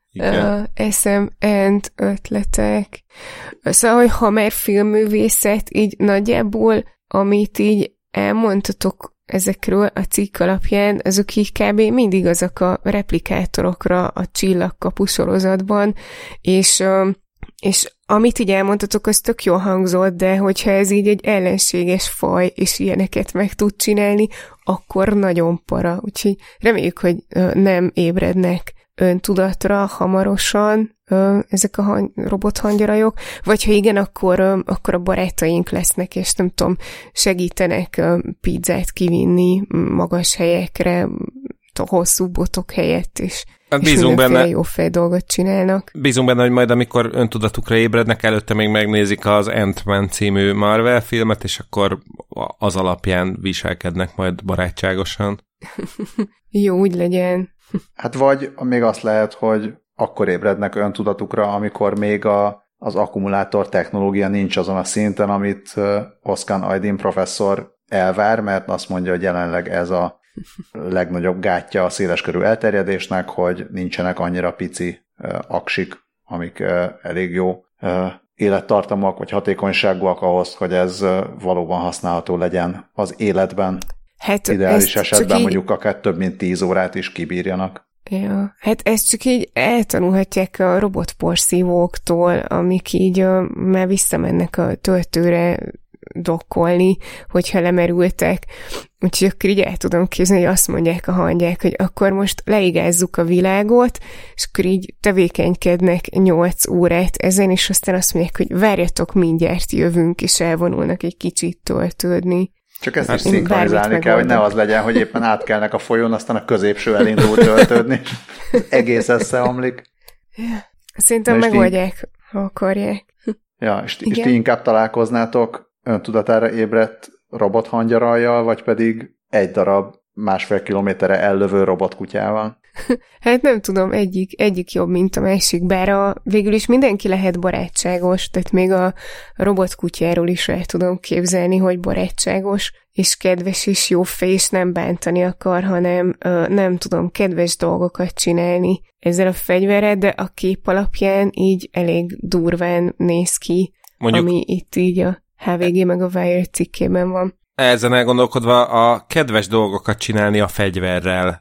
SM&T ötletek. Szóval, hogy ha már filmművészet, így nagyjából, amit így elmondtatok ezekről a cikk alapján, azok így kb. Mindig azok a replikátorokra a Csillagkapu sorozatban, és amit így elmondtatok, az tök jól hangzott, de hogyha ez így egy ellenséges faj, és ilyeneket meg tud csinálni, akkor nagyon para. Úgyhogy reméljük, hogy nem ébrednek öntudatra hamarosan ezek a robothangyarajok, vagy ha igen, akkor a barátaink lesznek, és nem tudom, segítenek pizzát kivinni magas helyekre, hosszú botok helyett, és mindenféle jó fej dolgot csinálnak. Bízunk benne, hogy majd amikor öntudatukra ébrednek, előtte még megnézik az Ant-Man című Marvel filmet, és akkor az alapján viselkednek majd barátságosan. Jó, úgy legyen. Hát vagy még azt lehet, hogy akkor ébrednek öntudatukra, amikor még az akkumulátor technológia nincs azon a szinten, amit Oscar Aydin professzor elvár, mert azt mondja, hogy jelenleg ez a legnagyobb gátja a széleskörű elterjedésnek, hogy nincsenek annyira pici aksik, amik elég jó élettartamok vagy hatékonyságúak ahhoz, hogy ez valóban használható legyen az életben. Hát ideális esetben mondjuk akár több mint 10 órát is kibírjanak. Ja, hát ezt csak így eltanulhatják a robotporszívóktól, amik így már visszamennek a töltőre dokkolni, hogyha lemerültek. Úgyhogy akkor így el tudom képzelni, hogy azt mondják a hangyák, hogy akkor most leigázzuk a világot, és akkor így tevékenykednek 8 órát ezen, és aztán azt mondják, hogy várjatok, mindjárt jövünk, és elvonulnak egy kicsit töltődni. Csak ezt is szinkronizálni kell, hogy ne az legyen, hogy éppen átkelnek a folyón, aztán a középső elindul töltődni. Egész összeomlik. Szerintem megoldják, ha akarják. Ja, és ti inkább találkoznátok öntudatára ébredt robothangyarajjal, vagy pedig egy darab 1,5 kilométerre ellövő robotkutyával? Hát nem tudom, egyik jobb, mint a másik, bár végül is mindenki lehet barátságos, tehát még a robotkutyáról is el tudom képzelni, hogy barátságos, és kedves és jó fej, és nem bántani akar, hanem nem tudom, kedves dolgokat csinálni ezzel a fegyverrel, de a kép alapján így elég durván néz ki, mondjuk, ami itt így a HVG meg a Wire cikkében van. Ezen elgondolkodva a kedves dolgokat csinálni a fegyverrel.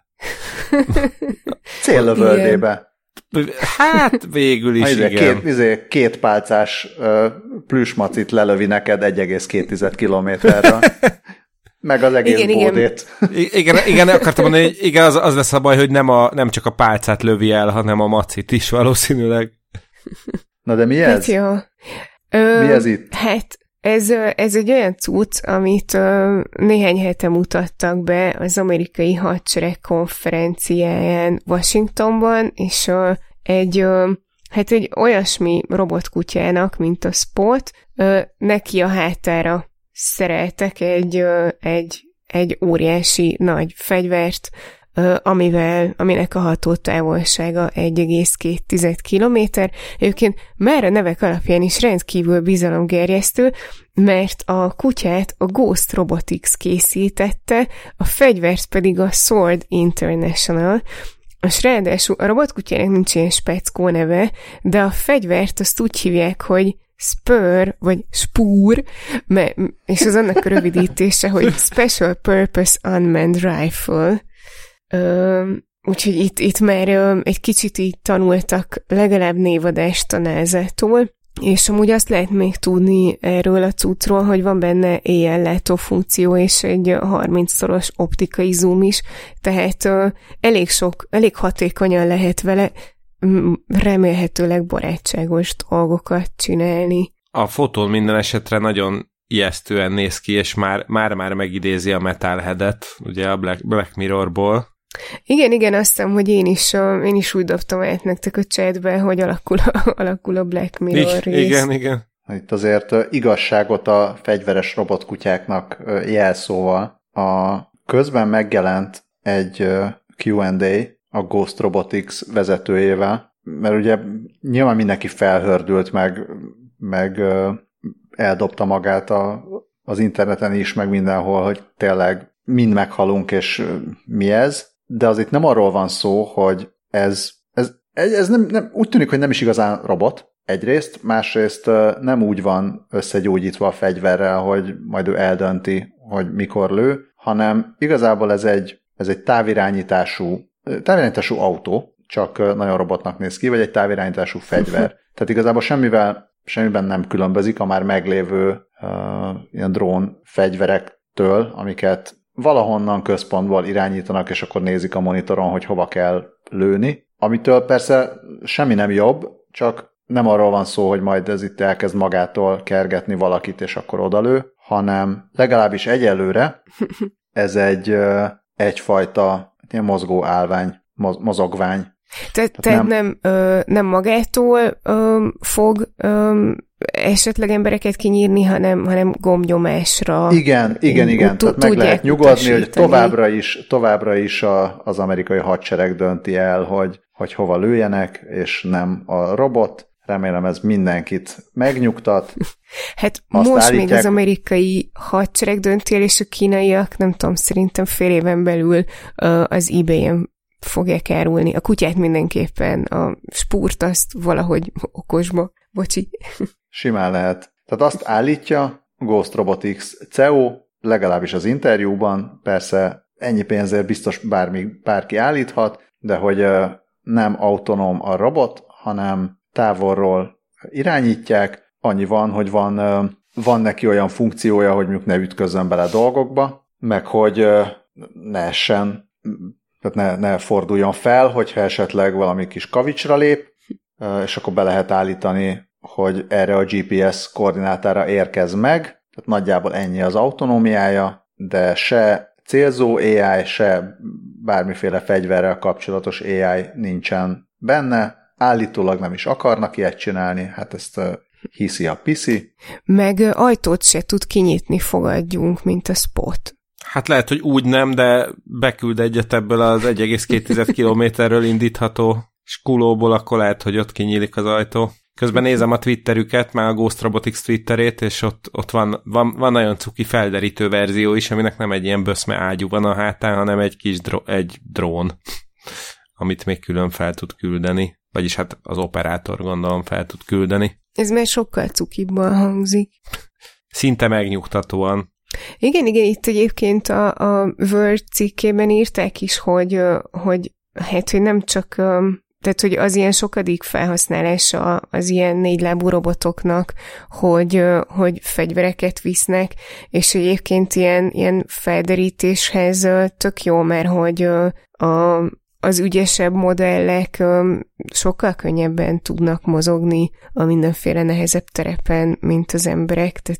Céllövöldébe. Hát végül is, igen. Két pálcás plüsmacit lelövi neked 1,2 kilométerre. Meg az egész bódét. Igen, akartam mondani, hogy igen, az lesz a baj, hogy nem csak a pálcát lövi el, hanem a macit is valószínűleg. Na de mi ez? Hát jó. Mi ez itt? Hát ez egy olyan cucc, amit néhány hete mutattak be az amerikai hadsereg konferenciáján Washingtonban, és egy olyasmi robotkutyának, mint a Spot, neki a hátára szereltek egy óriási nagy fegyvert, aminek a hatótávolsága 1,2 kilométer. Egyébként már a nevek alapján is rendkívül bizalomgerjesztő, mert a kutyát a Ghost Robotics készítette, a fegyvert pedig a Sword International, és ráadásul a robotkutyának nincs ilyen speckó neve, de a fegyvert azt úgy hívják, hogy Spur, vagy Spúr, és az annak a rövidítése, hogy Special Purpose Unmanned Rifle. Úgyhogy itt már egy kicsit így tanultak legalább névadást a NASA-tól, és amúgy azt lehet még tudni erről a cuccról, hogy van benne éjjellátó funkció, és egy 30-szoros optikai zoom is, tehát elég hatékonyan lehet vele remélhetőleg barátságos dolgokat csinálni. A fotón minden esetre nagyon ijesztően néz ki, és már megidézi a Metalheadet, ugye a Black Mirrorból. Igen, azt hiszem, hogy én is úgy dobtam át nektek a chatbe, hogy alakul a Black Mirror rész. Igen. Itt azért igazságot a fegyveres robotkutyáknak jelszóval. Közben megjelent egy Q&A a Ghost Robotics vezetőjével, mert ugye nyilván mindenki felhördült, meg eldobta magát az interneten is, meg mindenhol, hogy tényleg mind meghalunk, és mi ez. De az itt nem arról van szó, hogy ez nem úgy tűnik, hogy nem is igazán robot, egyrészt, másrészt nem úgy van összegyógyítva a fegyverrel, hogy majd ő eldönti, hogy mikor lő, hanem igazából ez egy távirányítású autó, csak nagyon robotnak néz ki, vagy egy távirányítású fegyver. Tehát igazából semmiben nem különbözik a már meglévő ilyen drón fegyverektől, amiket valahonnan központból irányítanak, és akkor nézik a monitoron, hogy hova kell lőni. Amitől persze semmi nem jobb, csak nem arról van szó, hogy majd ez itt elkezd magától kergetni valakit, és akkor odalő, hanem legalábbis egyelőre ez egyfajta ilyen mozgó állvány, mozogvány. Tehát nem magától fog esetleg embereket kinyírni, hanem gombnyomásra. Igen. Tehát meg lehet nyugodni, hogy továbbra is az amerikai hadsereg dönti el, hogy hova lőjenek, és nem a robot. Remélem ez mindenkit megnyugtat. Hát azt most állítják, még az amerikai hadsereg dönti el, és a kínaiak, nem tudom, szerintem fél éven belül az eBay-en fogják árulni. A kutyát mindenképpen, a spúrt azt valahogy okosba. Bocsi. Simán lehet. Tehát azt állítja Ghost Robotics CEO, legalábbis az interjúban, persze ennyi pénzért biztos bárki állíthat, de hogy nem autonóm a robot, hanem távolról irányítják. Annyi van, hogy van neki olyan funkciója, hogy mondjuk ne ütközzön bele dolgokba, meg hogy ne essen, tehát ne forduljon fel, hogyha esetleg valami kis kavicsra lép, és akkor be lehet állítani, hogy erre a GPS koordinátára érkez meg, tehát nagyjából ennyi az autonómiája, de se célzó AI, se bármiféle fegyverrel kapcsolatos AI nincsen benne, állítólag nem is akarnak ilyet csinálni, hát ezt hiszi a piszi. Meg ajtót se tud kinyitni, fogadjunk, mint a Spot. Hát lehet, hogy úgy nem, de beküld egyet ebből az 1,2 kilométerről indítható skulóból, akkor lehet, hogy ott kinyílik az ajtó. Közben nézem a Twitterüket, már a Ghost Robotics Twitterét, és ott van nagyon cuki felderítő verzió is, aminek nem egy ilyen böszme ágyú van a hátán, hanem egy kis drón, amit még külön fel tud küldeni. Vagyis hát az operátor gondolom fel tud küldeni. Ez már sokkal cukibban hangzik. Szinte megnyugtatóan. Igen, itt egyébként a Word cikkében írták is, hogy nem csak, tehát hogy az ilyen sokadik felhasználása az ilyen négylábú robotoknak, hogy fegyvereket visznek, és egyébként ilyen felderítéshez tök jó, mert hogy az ügyesebb modellek sokkal könnyebben tudnak mozogni a mindenféle nehezebb terepen, mint az emberek, tehát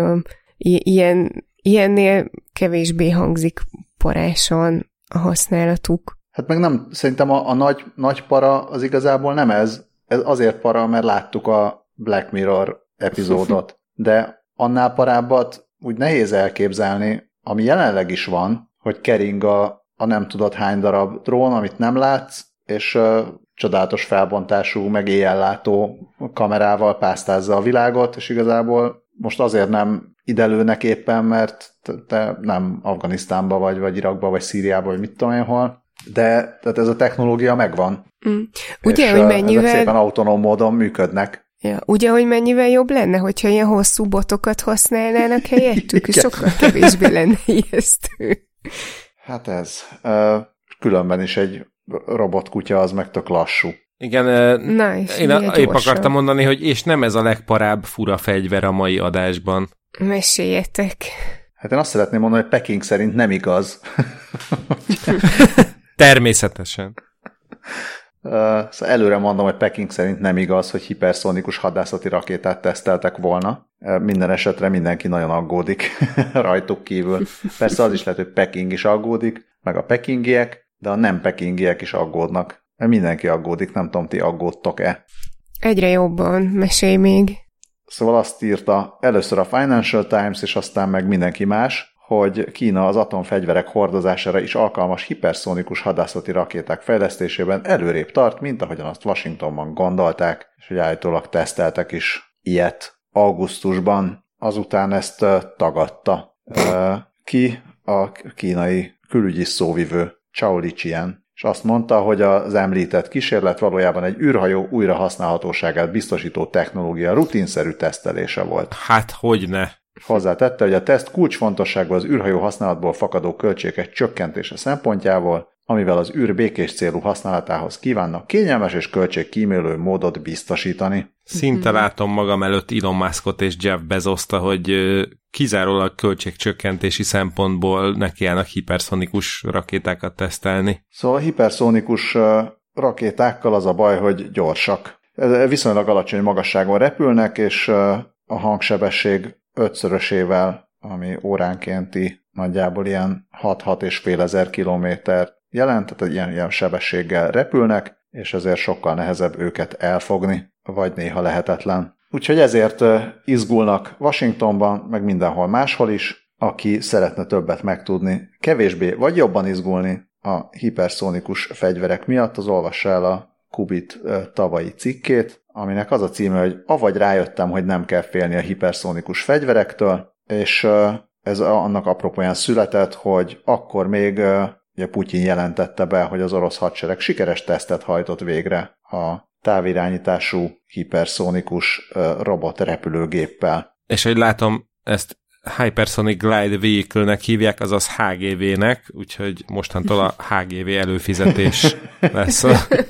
ilyennél kevésbé hangzik parásan a használatuk. Hát meg nem, szerintem a nagy para az igazából nem ez azért para, mert láttuk a Black Mirror epizódot, de annál parábbat úgy nehéz elképzelni, ami jelenleg is van, hogy kering a nem tudod hány darab drón, amit nem látsz, és csodálatos felbontású, meg éjjellátó kamerával pásztázza a világot, és igazából most azért nem ide lőnek éppen, mert te nem Afganisztánba vagy Irakba, vagy Szíriába, vagy mit tudom én hol, de tehát ez a technológia megvan. Ugye, és hogy mennyivel... ezek szépen autonóm módon működnek. Ja, ugye, hogy mennyivel jobb lenne, hogyha ilyen hosszú botokat használnának helyettük, és sokkal kevésbé lenne ijesztő. Hát ez. Különben is egy robotkutya az meg tök lassú. Igen, én épp akartam mondani, hogy és nem ez a legparább fura fegyver a mai adásban. Meséljetek. Hát én azt szeretném mondani, hogy Peking szerint nem igaz. Természetesen. Szóval előre mondom, hogy Peking szerint nem igaz, hogy hiperszonikus hadászati rakétát teszteltek volna. Minden esetre mindenki nagyon aggódik rajtuk kívül. Persze az is lehet, hogy Peking is aggódik, meg a pekingiek, de a nem pekingiek is aggódnak. Mert mindenki aggódik, nem tudom, ti aggódtok-e? Egyre jobban, mesélj még. Szóval azt írta először a Financial Times, és aztán meg mindenki más, hogy Kína az atomfegyverek hordozására is alkalmas hiperszonikus hadászati rakéták fejlesztésében előrébb tart, mint ahogyan azt Washingtonban gondolták, és hogy állítólag teszteltek is ilyet augusztusban. Azután ezt tagadta ki a kínai külügyi szóvivő Zhao Liqian, és azt mondta, hogy az említett kísérlet valójában egy űrhajó újrahasználhatóságát biztosító technológia rutinszerű tesztelése volt. Hát hogyne. Hozzátette, hogy a teszt kulcsfontosságú az űrhajó használatból fakadó költségek csökkentése szempontjából, amivel az űr békés célú használatához kívánnak kényelmes és költségkímélő módot biztosítani. Szinte látom magam előtt Elon Muskot és Jeff Bezoszt, hogy kizárólag költségcsökkentési szempontból nekiállnak hiperszonikus rakétákat tesztelni. Szóval a hiperszonikus rakétákkal az a baj, hogy gyorsak. Viszonylag alacsony magasságon repülnek, és a hangsebesség 5-szörösével, ami óránkénti nagyjából ilyen 6-6,5 ezer kilométer jelent, tehát ilyen sebességgel repülnek, és ezért sokkal nehezebb őket elfogni, vagy néha lehetetlen. Úgyhogy ezért izgulnak Washingtonban, meg mindenhol máshol is, aki szeretne többet megtudni, kevésbé vagy jobban izgulni a hiperszonikus fegyverek miatt, az olvassa el a Kubit tavalyi cikkét, aminek az a címe, hogy avagy rájöttem, hogy nem kell félni a hiperszonikus fegyverektől, és ez annak apropóján született, hogy akkor még ugye Putyin jelentette be, hogy az orosz hadsereg sikeres tesztet hajtott végre a távirányítású hiperszonikus robotrepülőgéppel. És hogy látom, ezt Hypersonic Glide Vehicle-nek hívják, azaz HGV-nek, úgyhogy mostantól a HGV előfizetés lesz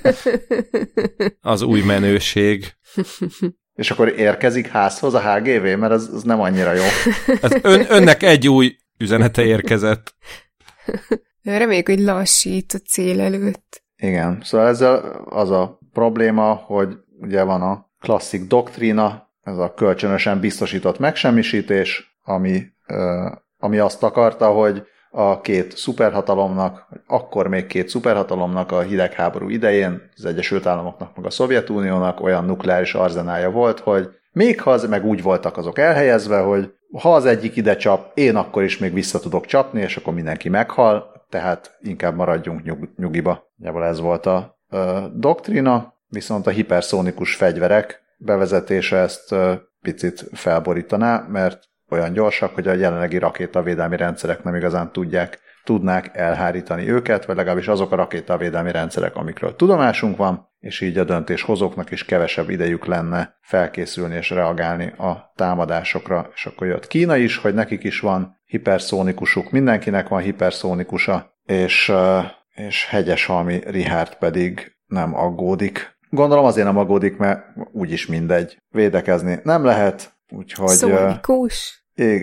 az új menőség. És akkor érkezik házhoz a HGV, mert az nem annyira jó. Hát önnek egy új üzenete érkezett. Reméljük, hogy lassít a cél előtt. Igen, szóval ezzel az a probléma, hogy ugye van a klasszik doktrína, ez a kölcsönösen biztosított megsemmisítés, ami azt akarta, hogy a két szuperhatalomnak, akkor még két szuperhatalomnak a hidegháború idején, az Egyesült Államoknak meg a Szovjetuniónak olyan nukleáris arzenálja volt, hogy még ha meg úgy voltak azok elhelyezve, hogy ha az egyik ide csap, én akkor is még vissza tudok csapni, és akkor mindenki meghal, tehát inkább maradjunk nyugiba. Nagyjából ez volt a doktrina, viszont a hiperszónikus fegyverek bevezetése ezt picit felborítaná, mert olyan gyorsak, hogy a jelenlegi rakétavédelmi rendszerek nem igazán tudnák elhárítani őket, vagy legalábbis azok a rakétavédelmi rendszerek, amikről tudomásunk van, és így a döntéshozóknak is kevesebb idejük lenne felkészülni és reagálni a támadásokra. És akkor jött Kína is, hogy nekik is van hiperszónikusuk, mindenkinek van hiperszónikusa, és Hegyeshalmi Richárd pedig nem aggódik. Gondolom azért nem aggódik, mert úgyis mindegy. Védekezni nem lehet, úgyhogy... Szónikus.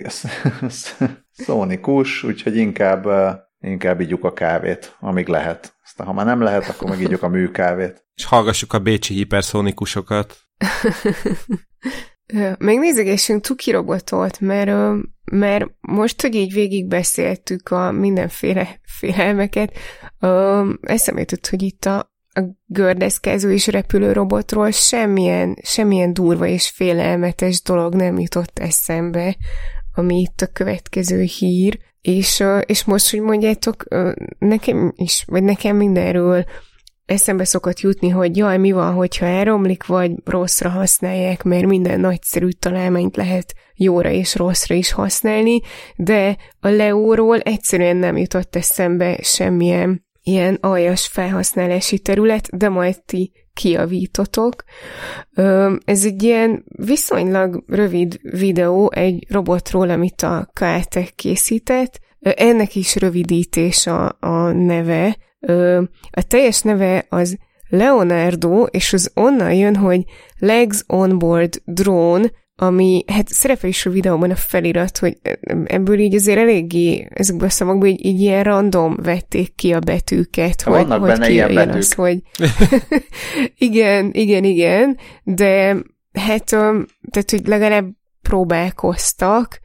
Szónikus, úgyhogy inkább ígyuk a kávét, amíg lehet. Aztán ha már nem lehet, akkor meg ígyuk a műkávét. És hallgassuk a bécsi hiperszónikusokat. Még nézegessünk Tuki robotot, mert most, hogy így végigbeszéltük a mindenféle félelmeket, eszembe jutott, hogy itt a gördeszkázó és repülő robotról semmilyen durva és félelmetes dolog nem jutott eszembe, ami itt a következő hír, és most, hogy mondjátok, nekem is, vagy nekem mindenről eszembe szokott jutni, hogy jaj, mi van, hogyha elromlik, vagy rosszra használják, mert minden nagyszerű találmányt lehet jóra és rosszra is használni, de a Leóról egyszerűen nem jutott eszembe semmilyen ilyen aljas felhasználási terület, de majd ti kijavítotok. Ez egy ilyen viszonylag rövid videó egy robotról, amit a Caltech készített. Ennek is rövidítés a neve. A teljes neve az Leonardo, és az onnan jön, hogy Legs Onboard Drone, ami, hát szerepel is a videóban a felirat, hogy ebből így azért eléggé, ezekből a szavakból így ilyen random vették ki a betűket, vannak hogy benne ilyen betűk. Az, hogy igen, de hát, tehát, hogy legalább próbálkoztak,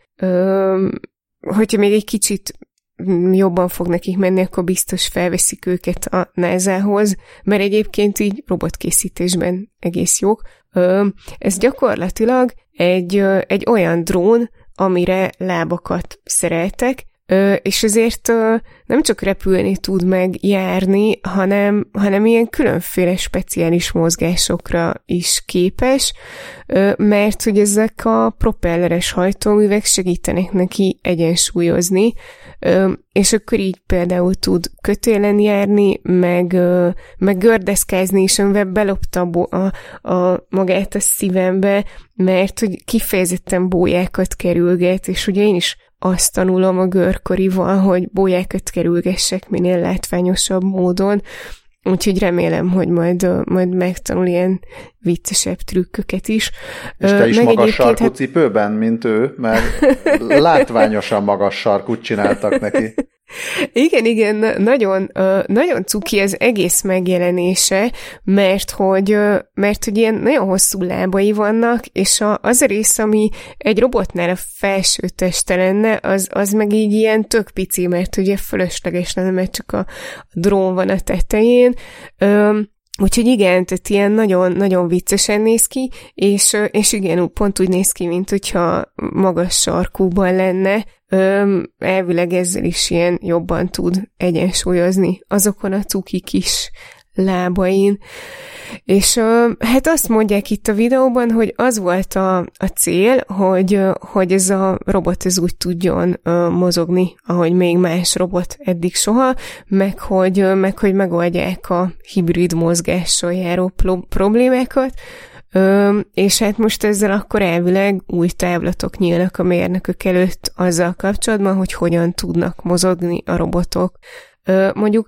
hogyha még egy kicsit jobban fog nekik menni, akkor biztos felveszik őket a NASA-hoz, mert egyébként így robotkészítésben egész jók. Ez gyakorlatilag egy olyan drón, amire lábakat szereltek, és ezért nem csak repülni tud meg járni, hanem ilyen különféle speciális mozgásokra is képes, mert hogy ezek a propelleres hajtóművek segítenek neki egyensúlyozni, és akkor így például tud kötélen járni, meg gördeszkázni is, amivel belopta a magát a szívembe, mert hogy kifejezetten bójákat kerülget, és ugye én is azt tanulom a görkorival, hogy bójákat kerülgessek minél látványosabb módon, úgyhogy remélem, hogy majd megtanul ilyen viccesebb trükköket is. És te is magas sarkú cipőben, mint ő, mert látványosan magas sarkút csináltak neki. Igen, nagyon cuki az egész megjelenése, mert hogy ilyen nagyon hosszú lábai vannak, és az a rész, ami egy robotnál a felső teste lenne, az meg így ilyen tök pici, mert ugye fölösleges lenne, mert csak a drón van a tetején. Úgyhogy igen, tehát ilyen nagyon viccesen néz ki, és igen, pont úgy néz ki, mint hogyha magas sarkúban lenne, elvileg ezzel is ilyen jobban tud egyensúlyozni azokon a cuki kis lábain. És hát azt mondják itt a videóban, hogy az volt a cél, hogy ez a robot ez úgy tudjon mozogni, ahogy még más robot eddig soha, meg hogy megoldják a hibrid mozgással járó problémákat, és hát most ezzel akkor elvileg új távlatok nyílnak a mérnökök előtt azzal kapcsolatban, hogy hogyan tudnak mozogni a robotok. Mondjuk,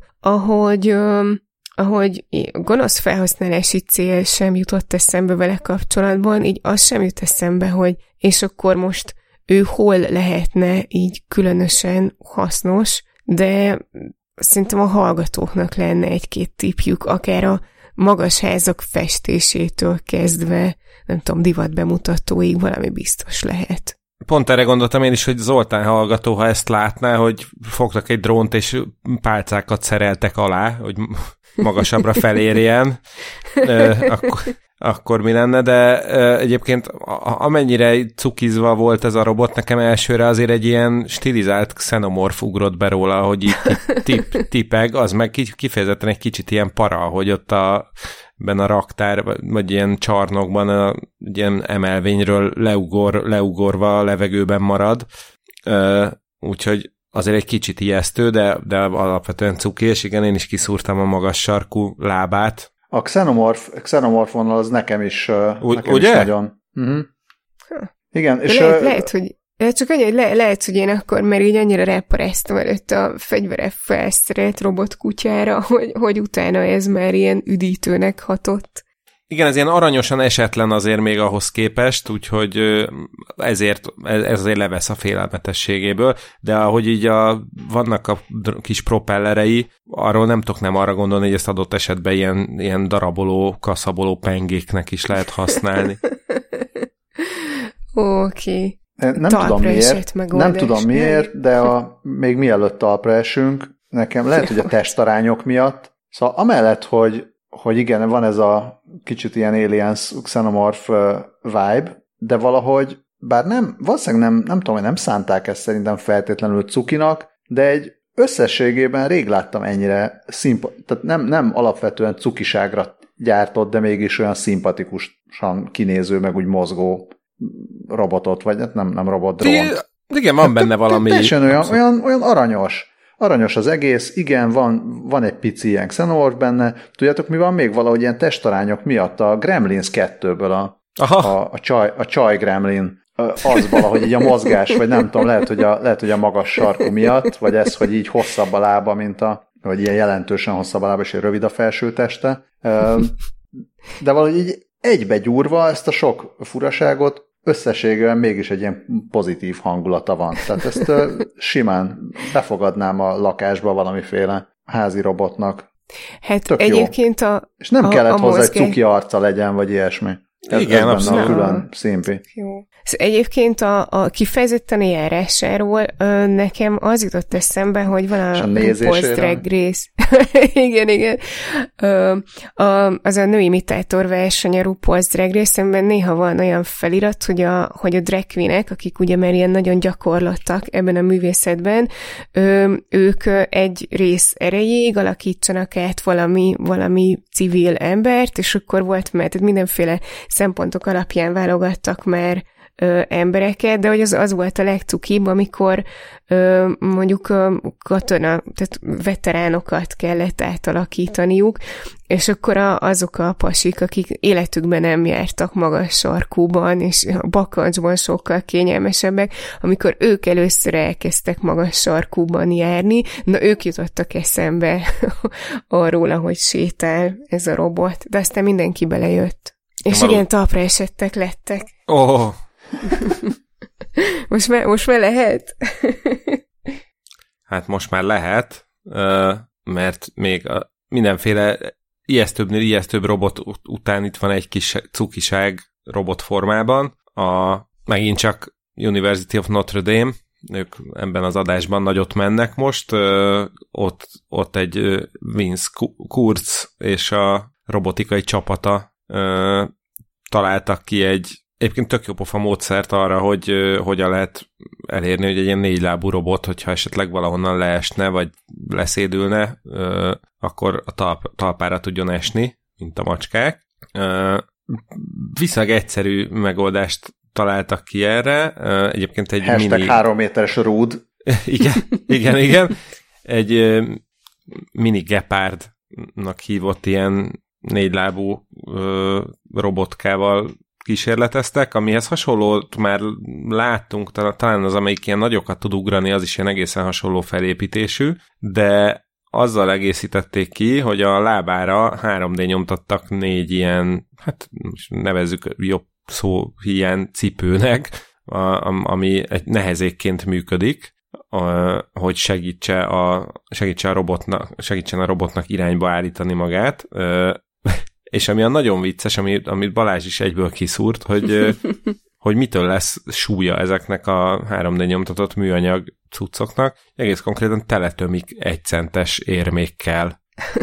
ahogy gonosz felhasználási cél sem jutott eszembe vele kapcsolatban, így az sem jut eszembe, hogy és akkor most ő hol lehetne így különösen hasznos, de szerintem a hallgatóknak lenne egy-két tippjük, akár a magas házak festésétől kezdve, nem tudom, divatbemutatóig valami biztos lehet. Pont erre gondoltam én is, hogy Zoltán hallgató, ha ezt látná, hogy fogtak egy drónt és pálcákat szereltek alá, hogy magasabbra felérjen, akkor mi lenne, de egyébként amennyire cukizva volt ez a robot, nekem elsőre azért egy ilyen stilizált xenomorf ugrott be róla, hogy így tipeg, az meg kifejezetten egy kicsit ilyen para, hogy ott benne a raktár, vagy ilyen csarnokban egy ilyen emelvényről leugorva a levegőben marad, úgyhogy azért egy kicsit ijesztő, de alapvetően cuki, és igen, én is kiszúrtam a magas sarkú lábát. A xenomorf vonal az nekem is nagyon. Uh-huh. Igen, és lehet, hogy csak annyi, hogy lehet, hogy én akkor, mert így annyira ráparáztam előtt a fegyvere felszerelt robotkutyára, hogy utána ez már ilyen üdítőnek hatott. Igen, ez ilyen aranyosan esetlen azért még ahhoz képest, úgyhogy ez azért levesz a félelmetességéből, de ahogy így vannak a kis propellerei, arról nem tudok nem arra gondolni, hogy ezt adott esetben ilyen daraboló, kaszaboló pengéknek is lehet használni. Oké. Nem tudom miért, de még mielőtt talpra esünk, nekem lehet, hogy a testarányok miatt, szóval amellett, hogy igen, van ez a kicsit ilyen aliens xenomorph vibe, de valahogy bár nem, valószínűleg nem tudom, hogy nem szánták ezt szerintem feltétlenül cukinak, de egy összességében rég láttam ennyire tehát nem alapvetően cukiságra gyártott, de mégis olyan szimpatikusan kinéző, meg úgy mozgó robotot, vagy nem robot, drón. Igen, van benne valami. Teljesen olyan aranyos. Aranyos az egész, igen, van egy pici ilyen Xenomorph benne. Tudjátok, mi van még valahogy ilyen testarányok miatt? A Gremlins 2-ből a csaj Gremlin, az valahogy így a mozgás, vagy nem tudom, lehet, hogy a magas sarkú miatt, vagy ez, hogy így hosszabb a lába, vagy ilyen jelentősen hosszabb a lába, és rövid a felső teste. De valahogy így egybegyúrva ezt a sok furaságot összességében mégis egy ilyen pozitív hangulata van. Tehát ezt simán befogadnám a lakásba valamiféle házi robotnak. Hát tök egyébként jó. És nem kellett hozzá, hogy cuki arca legyen, vagy ilyesmi. Igen, abszolút. Külön színpi. Jó. Szóval egyébként a kifejezetten járásáról nekem az jutott eszembe, hogy van a RuPaul's Drag Race. Igen. Az a női imitátor verseny a RuPaul's Drag Race-ben néha van olyan felirat, hogy a drag queenek, akik ugye már ilyen nagyon gyakorlottak ebben a művészetben, ők egy rész erejéig alakítsanak át valami civil embert, és akkor volt, mert mindenféle szempontok alapján válogattak már embereket, de hogy az volt a legcukibb, amikor mondjuk katona, tehát veteránokat kellett átalakítaniuk, és akkor azok a pasik, akik életükben nem jártak magas sarkúban, és a bakancsban sokkal kényelmesebbek, amikor ők először elkezdtek magas sarkúban járni, na ők jutottak eszembe arról, ahogy sétál ez a robot, de aztán mindenki belejött. És igen, talpra esettek lettek. Oh. Most már lehet? Hát most már lehet, mert még mindenféle ijesztőbb robot után itt van egy kis cukiság robot formában. Megint csak University of Notre Dame, ők ebben az adásban nagyot mennek most. Ott egy Vince Kurz és a robotikai csapata találtak ki egy egyébként tök jó pofa módszert arra, hogy hogyan lehet elérni, hogy egy ilyen 4 lábú robot, hogyha esetleg valahonnan leesne, vagy leszédülne, akkor a talpára tudjon esni, mint a macskák. Viszonylag egyszerű megoldást találtak ki erre. Egyébként egy hashtag 3 méteres rúd. Igen. Egy mini gepárdnak hívott ilyen 4 lábú robotkával kísérleteztek, amihez hasonlót már láttunk, talán az, amelyik ilyen nagyokat tud ugrani, az is ilyen egészen hasonló felépítésű, de azzal egészítették ki, hogy a lábára 3D nyomtattak 4 ilyen, hát nevezzük jobb szó hiány cipőnek, ami egy nehezékként működik, hogy segítsen a robotnak irányba állítani magát, és ami a nagyon vicces, amit Balázs is egyből kiszúrt, hogy mitől lesz súlya ezeknek a 3D nyomtatott műanyag cuccoknak, egész konkrétan teletömik 1 centes érmékkel.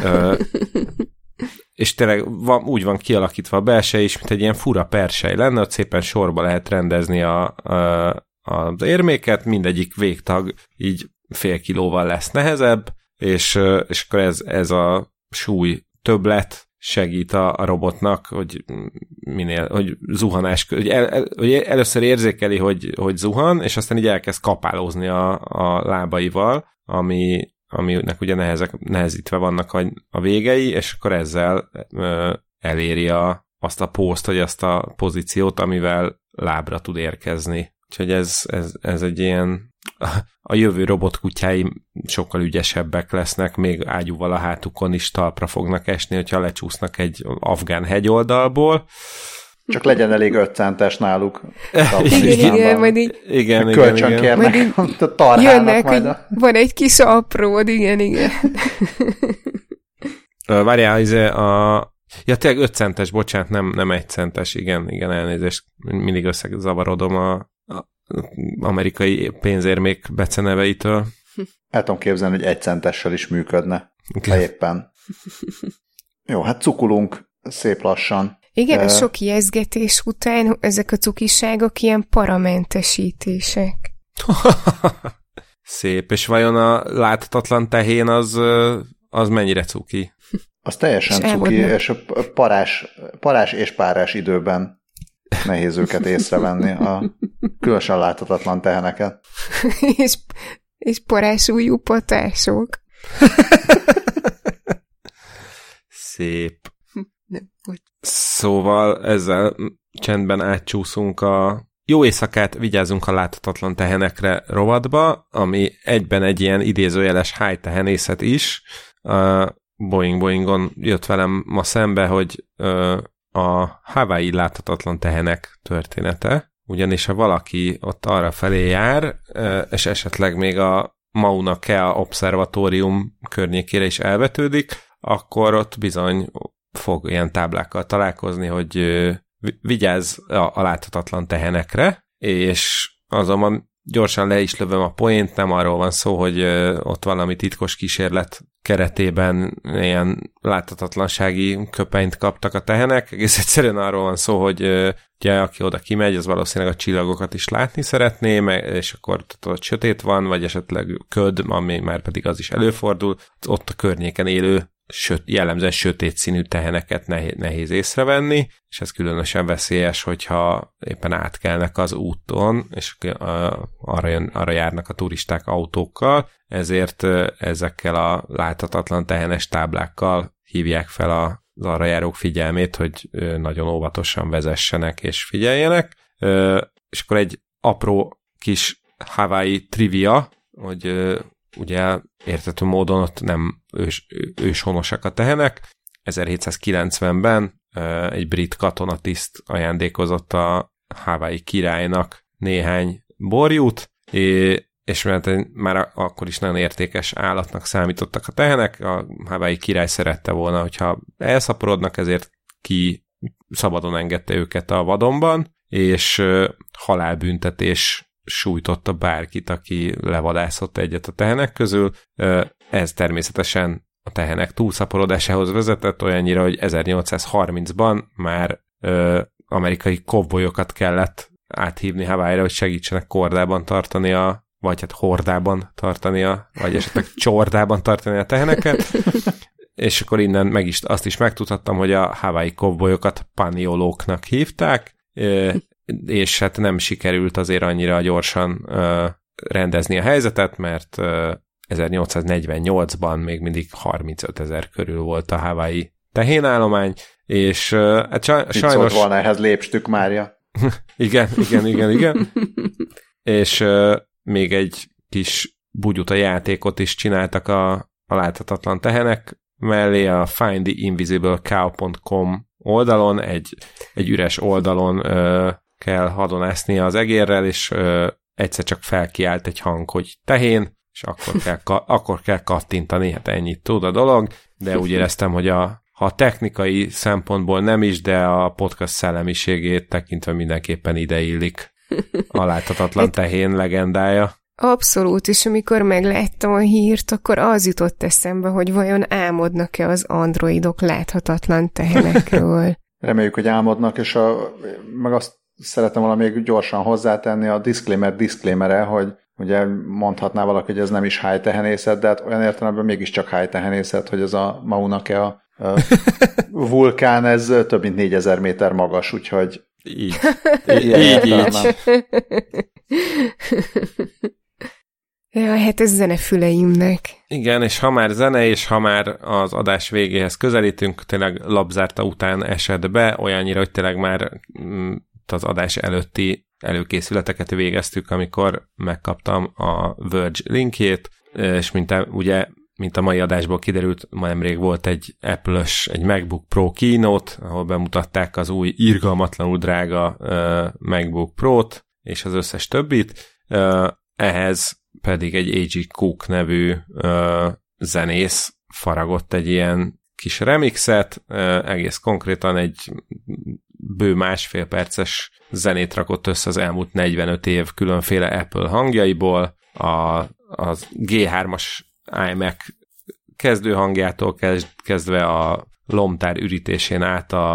És tényleg úgy van kialakítva a belseje is, mint egy ilyen fura persely lenne, ott szépen sorba lehet rendezni az érméket, mindegyik végtag így fél kilóval lesz nehezebb, és akkor ez a súly többlet segít a robotnak, hogy zuhanás, hogy először érzékeli, hogy zuhan, és aztán így elkezd kapálózni a lábaival, aminek ugye nehezítve vannak a végei, és akkor ezzel eléri azt a pózt, vagy azt a pozíciót, amivel lábra tud érkezni. Úgyhogy ez egy ilyen a jövő robotkutyái sokkal ügyesebbek lesznek, még ágyúval a hátukon is talpra fognak esni, hogyha lecsúsznak egy afgán hegyoldalból. Csak legyen elég 5 centes náluk. Igen, majd így kölcsön kérnek, jönnek, majd van egy kis apród, igen. Várjál, ja, tényleg 5 centes, bocsánat, nem 1 centes, igen, elnézést, mindig összezavarodom a amerikai pénzérmék beceneveitől. El tudom képzelni, hogy 1 centessel is működne. Ha éppen. Jó, hát cukulunk szép lassan. Igen, a sok jezgetés után ezek a cukiságok ilyen paramentesítések. Szép, és vajon a láthatatlan tehén az mennyire cuki? Az teljesen cuki, és a parás és párás időben nehéz őket észrevenni, a különösen láthatatlan teheneket. és parásújú patások. Szép. Szóval ezzel csendben átcsúszunk a jó éjszakát, vigyázzunk a láthatatlan tehenekre rovatba, ami egyben egy ilyen idézőjeles high tehenészet is. Boeing-on jött velem ma szembe, hogy a Hawaii láthatatlan tehenek története, ugyanis ha valaki ott arra felé jár, és esetleg még a Mauna Kea obszervatórium környékére is elvetődik, akkor ott bizony fog ilyen táblákkal találkozni, hogy vigyázz a láthatatlan tehenekre, és azonban gyorsan le is lövöm a poént, nem arról van szó, hogy ott valami titkos kísérlet keretében ilyen láthatatlansági köpenyt kaptak a tehenek. Egész egyszerűen arról van szó, hogy ugye, aki oda kimegy, az valószínűleg a csillagokat is látni szeretné, és akkor ott sötét van, vagy esetleg köd, ami már pedig az is előfordul. Ott a környéken élő jellemzően sötét színű teheneket nehéz észrevenni, és ez különösen veszélyes, hogyha éppen átkelnek az úton, és arra járnak a turisták autókkal, ezért ezekkel a láthatatlan tehenes táblákkal hívják fel az arra járók figyelmét, hogy nagyon óvatosan vezessenek és figyeljenek. És akkor egy apró kis Hawaii trivia, hogy ugye érthető módon ott nem őshonosak a tehenek. 1790-ben egy brit katonatiszt ajándékozott a Hawaii királynak néhány borjút, és mert már akkor is nagyon értékes állatnak számítottak a tehenek, a Hawaii király szerette volna, hogyha elszaporodnak, ezért ki szabadon engedte őket a vadonban, és halálbüntetés sújtotta bárkit, aki levadászott egyet a tehenek közül. Ez természetesen a tehenek túlszaporodásához vezetett, olyannyira, hogy 1830-ban már amerikai kovbolyokat kellett áthívni Hawaii-ra, hogy segítsenek kordában tartani vagy hát hordában tartani vagy esetleg csordában tartani a teheneket. És akkor innen azt is megtudhattam, hogy a Hawaii kovbolyokat paniolóknak hívták, és hát nem sikerült azért annyira gyorsan rendezni a helyzetet, mert 1848-ban még mindig 35 000 körül volt a Hawaii tehénállomány, és hát sajnos... Mit szólt volna ehhez lépstük Mária? igen. És még egy kis bugyuta játékot is csináltak a láthatatlan tehenek mellé, a findtheinvisiblecow.com oldalon, egy üres oldalon kell hadonászni az egérrel, és egyszer csak felkiált egy hang, hogy tehén, és akkor kell kattintani, hát ennyit tud a dolog, de úgy éreztem, hogy ha technikai szempontból nem is, de a podcast szellemiségét tekintve mindenképpen ideillik a láthatatlan tehén legendája. Abszolút, és amikor megláttam a hírt, akkor az jutott eszembe, hogy vajon álmodnak-e az androidok láthatatlan tehenekről. Reméljük, hogy álmodnak, és meg azt szeretem valami még gyorsan hozzátenni a disclaimer-re, hogy ugye mondhatná valaki, hogy ez nem is high tehenészet, de hát olyan értelemben mégiscsak high tehenészet, hogy ez a Mauna Kea vulkán, ez több mint 4000 méter magas, úgyhogy így. Ja, hát ez zenefüleimnek. Igen, és ha már zene, és ha már az adás végéhez közelítünk, tényleg labzárta után esett be, olyannyira, hogy tényleg már az adás előtti előkészületeket végeztük, amikor megkaptam a Verge linkjét, és mint a mai adásból kiderült, ma nemrég volt egy Apple-ös, egy MacBook Pro keynote, ahol bemutatták az új irgalmatlanul drága MacBook Pro-t, és az összes többit. Ehhez pedig egy A.G. Cook nevű zenész faragott egy ilyen kis remixet, egész konkrétan egy bő másfél perces zenét rakott össze az elmúlt 45 év különféle Apple hangjaiból, az G3-as iMac kezdőhangjától kezdve a lomtár ürítésén át a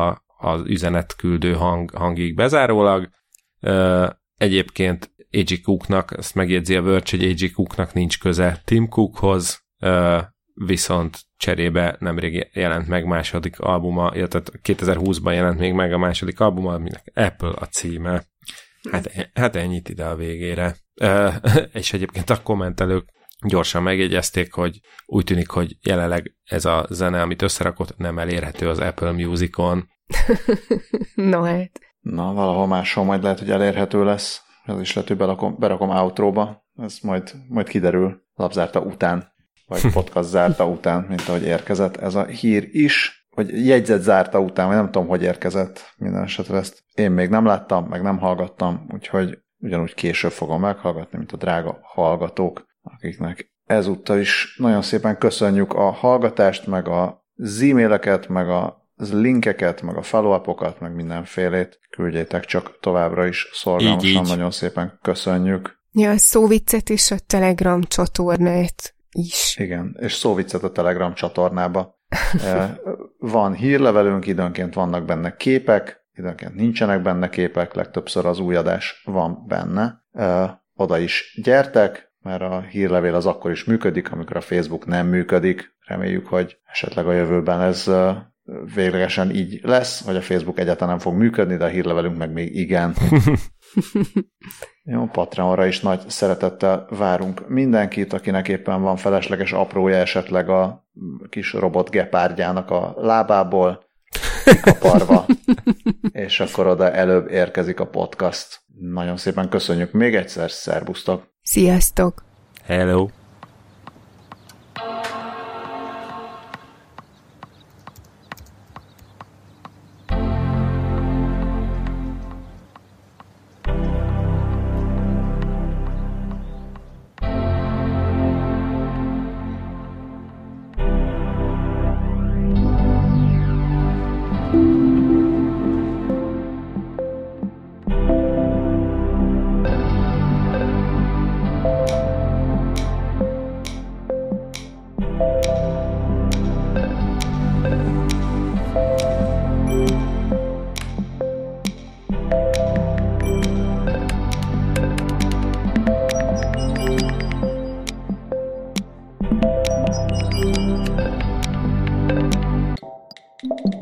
az üzenetküldő hangig bezárólag. Egyébként A.G. Cooknak, ezt megjegyzi a Verge, hogy A.G. Cooknak nincs köze Tim Cookhoz, viszont cserébe nemrég jelent meg második albuma, illetve 2020-ban jelent még meg a második albuma, aminek Apple a címe. Hát ennyit ide a végére. És egyébként a kommentelők gyorsan megjegyezték, hogy úgy tűnik, hogy jelenleg ez a zene, amit összerakott, nem elérhető az Apple Musicon. No hát. Na, valahol máshol majd lehet, hogy elérhető lesz. Ez is lehet, hogy berakom outróba. Ez majd kiderül lapzárta után, vagy podcast zárta után, mint ahogy érkezett ez a hír is, vagy jegyzet zárta után, vagy nem tudom, hogy érkezett minden esetre ezt. Én még nem láttam, meg nem hallgattam, úgyhogy ugyanúgy később fogom meghallgatni, mint a drága hallgatók, akiknek ezúttal is nagyon szépen köszönjük a hallgatást, meg az e-maileket, meg a linkeket, meg a follow-upokat, meg mindenfélét. Küldjétek csak továbbra is szorgalmasan, így. Nagyon szépen köszönjük. Ja, a szóviccet és a Telegram csatornát is. Igen, és szóviccet a Telegram csatornába. Van hírlevelünk, időnként vannak benne képek, időnként nincsenek benne képek, legtöbbször az új adás van benne. Oda is gyertek, mert a hírlevél az akkor is működik, amikor a Facebook nem működik. Reméljük, hogy esetleg a jövőben ez véglegesen így lesz, vagy a Facebook egyáltalán nem fog működni, de a hírlevelünk meg még igen. Jó, Patreonra is nagy szeretettel várunk mindenkit, akinek éppen van felesleges aprója esetleg a kis robot gepárdjának a lábából, kikaparva, és akkor oda előbb érkezik a podcast. Nagyon szépen köszönjük még egyszer, szervusztok! Sziasztok! Hello! you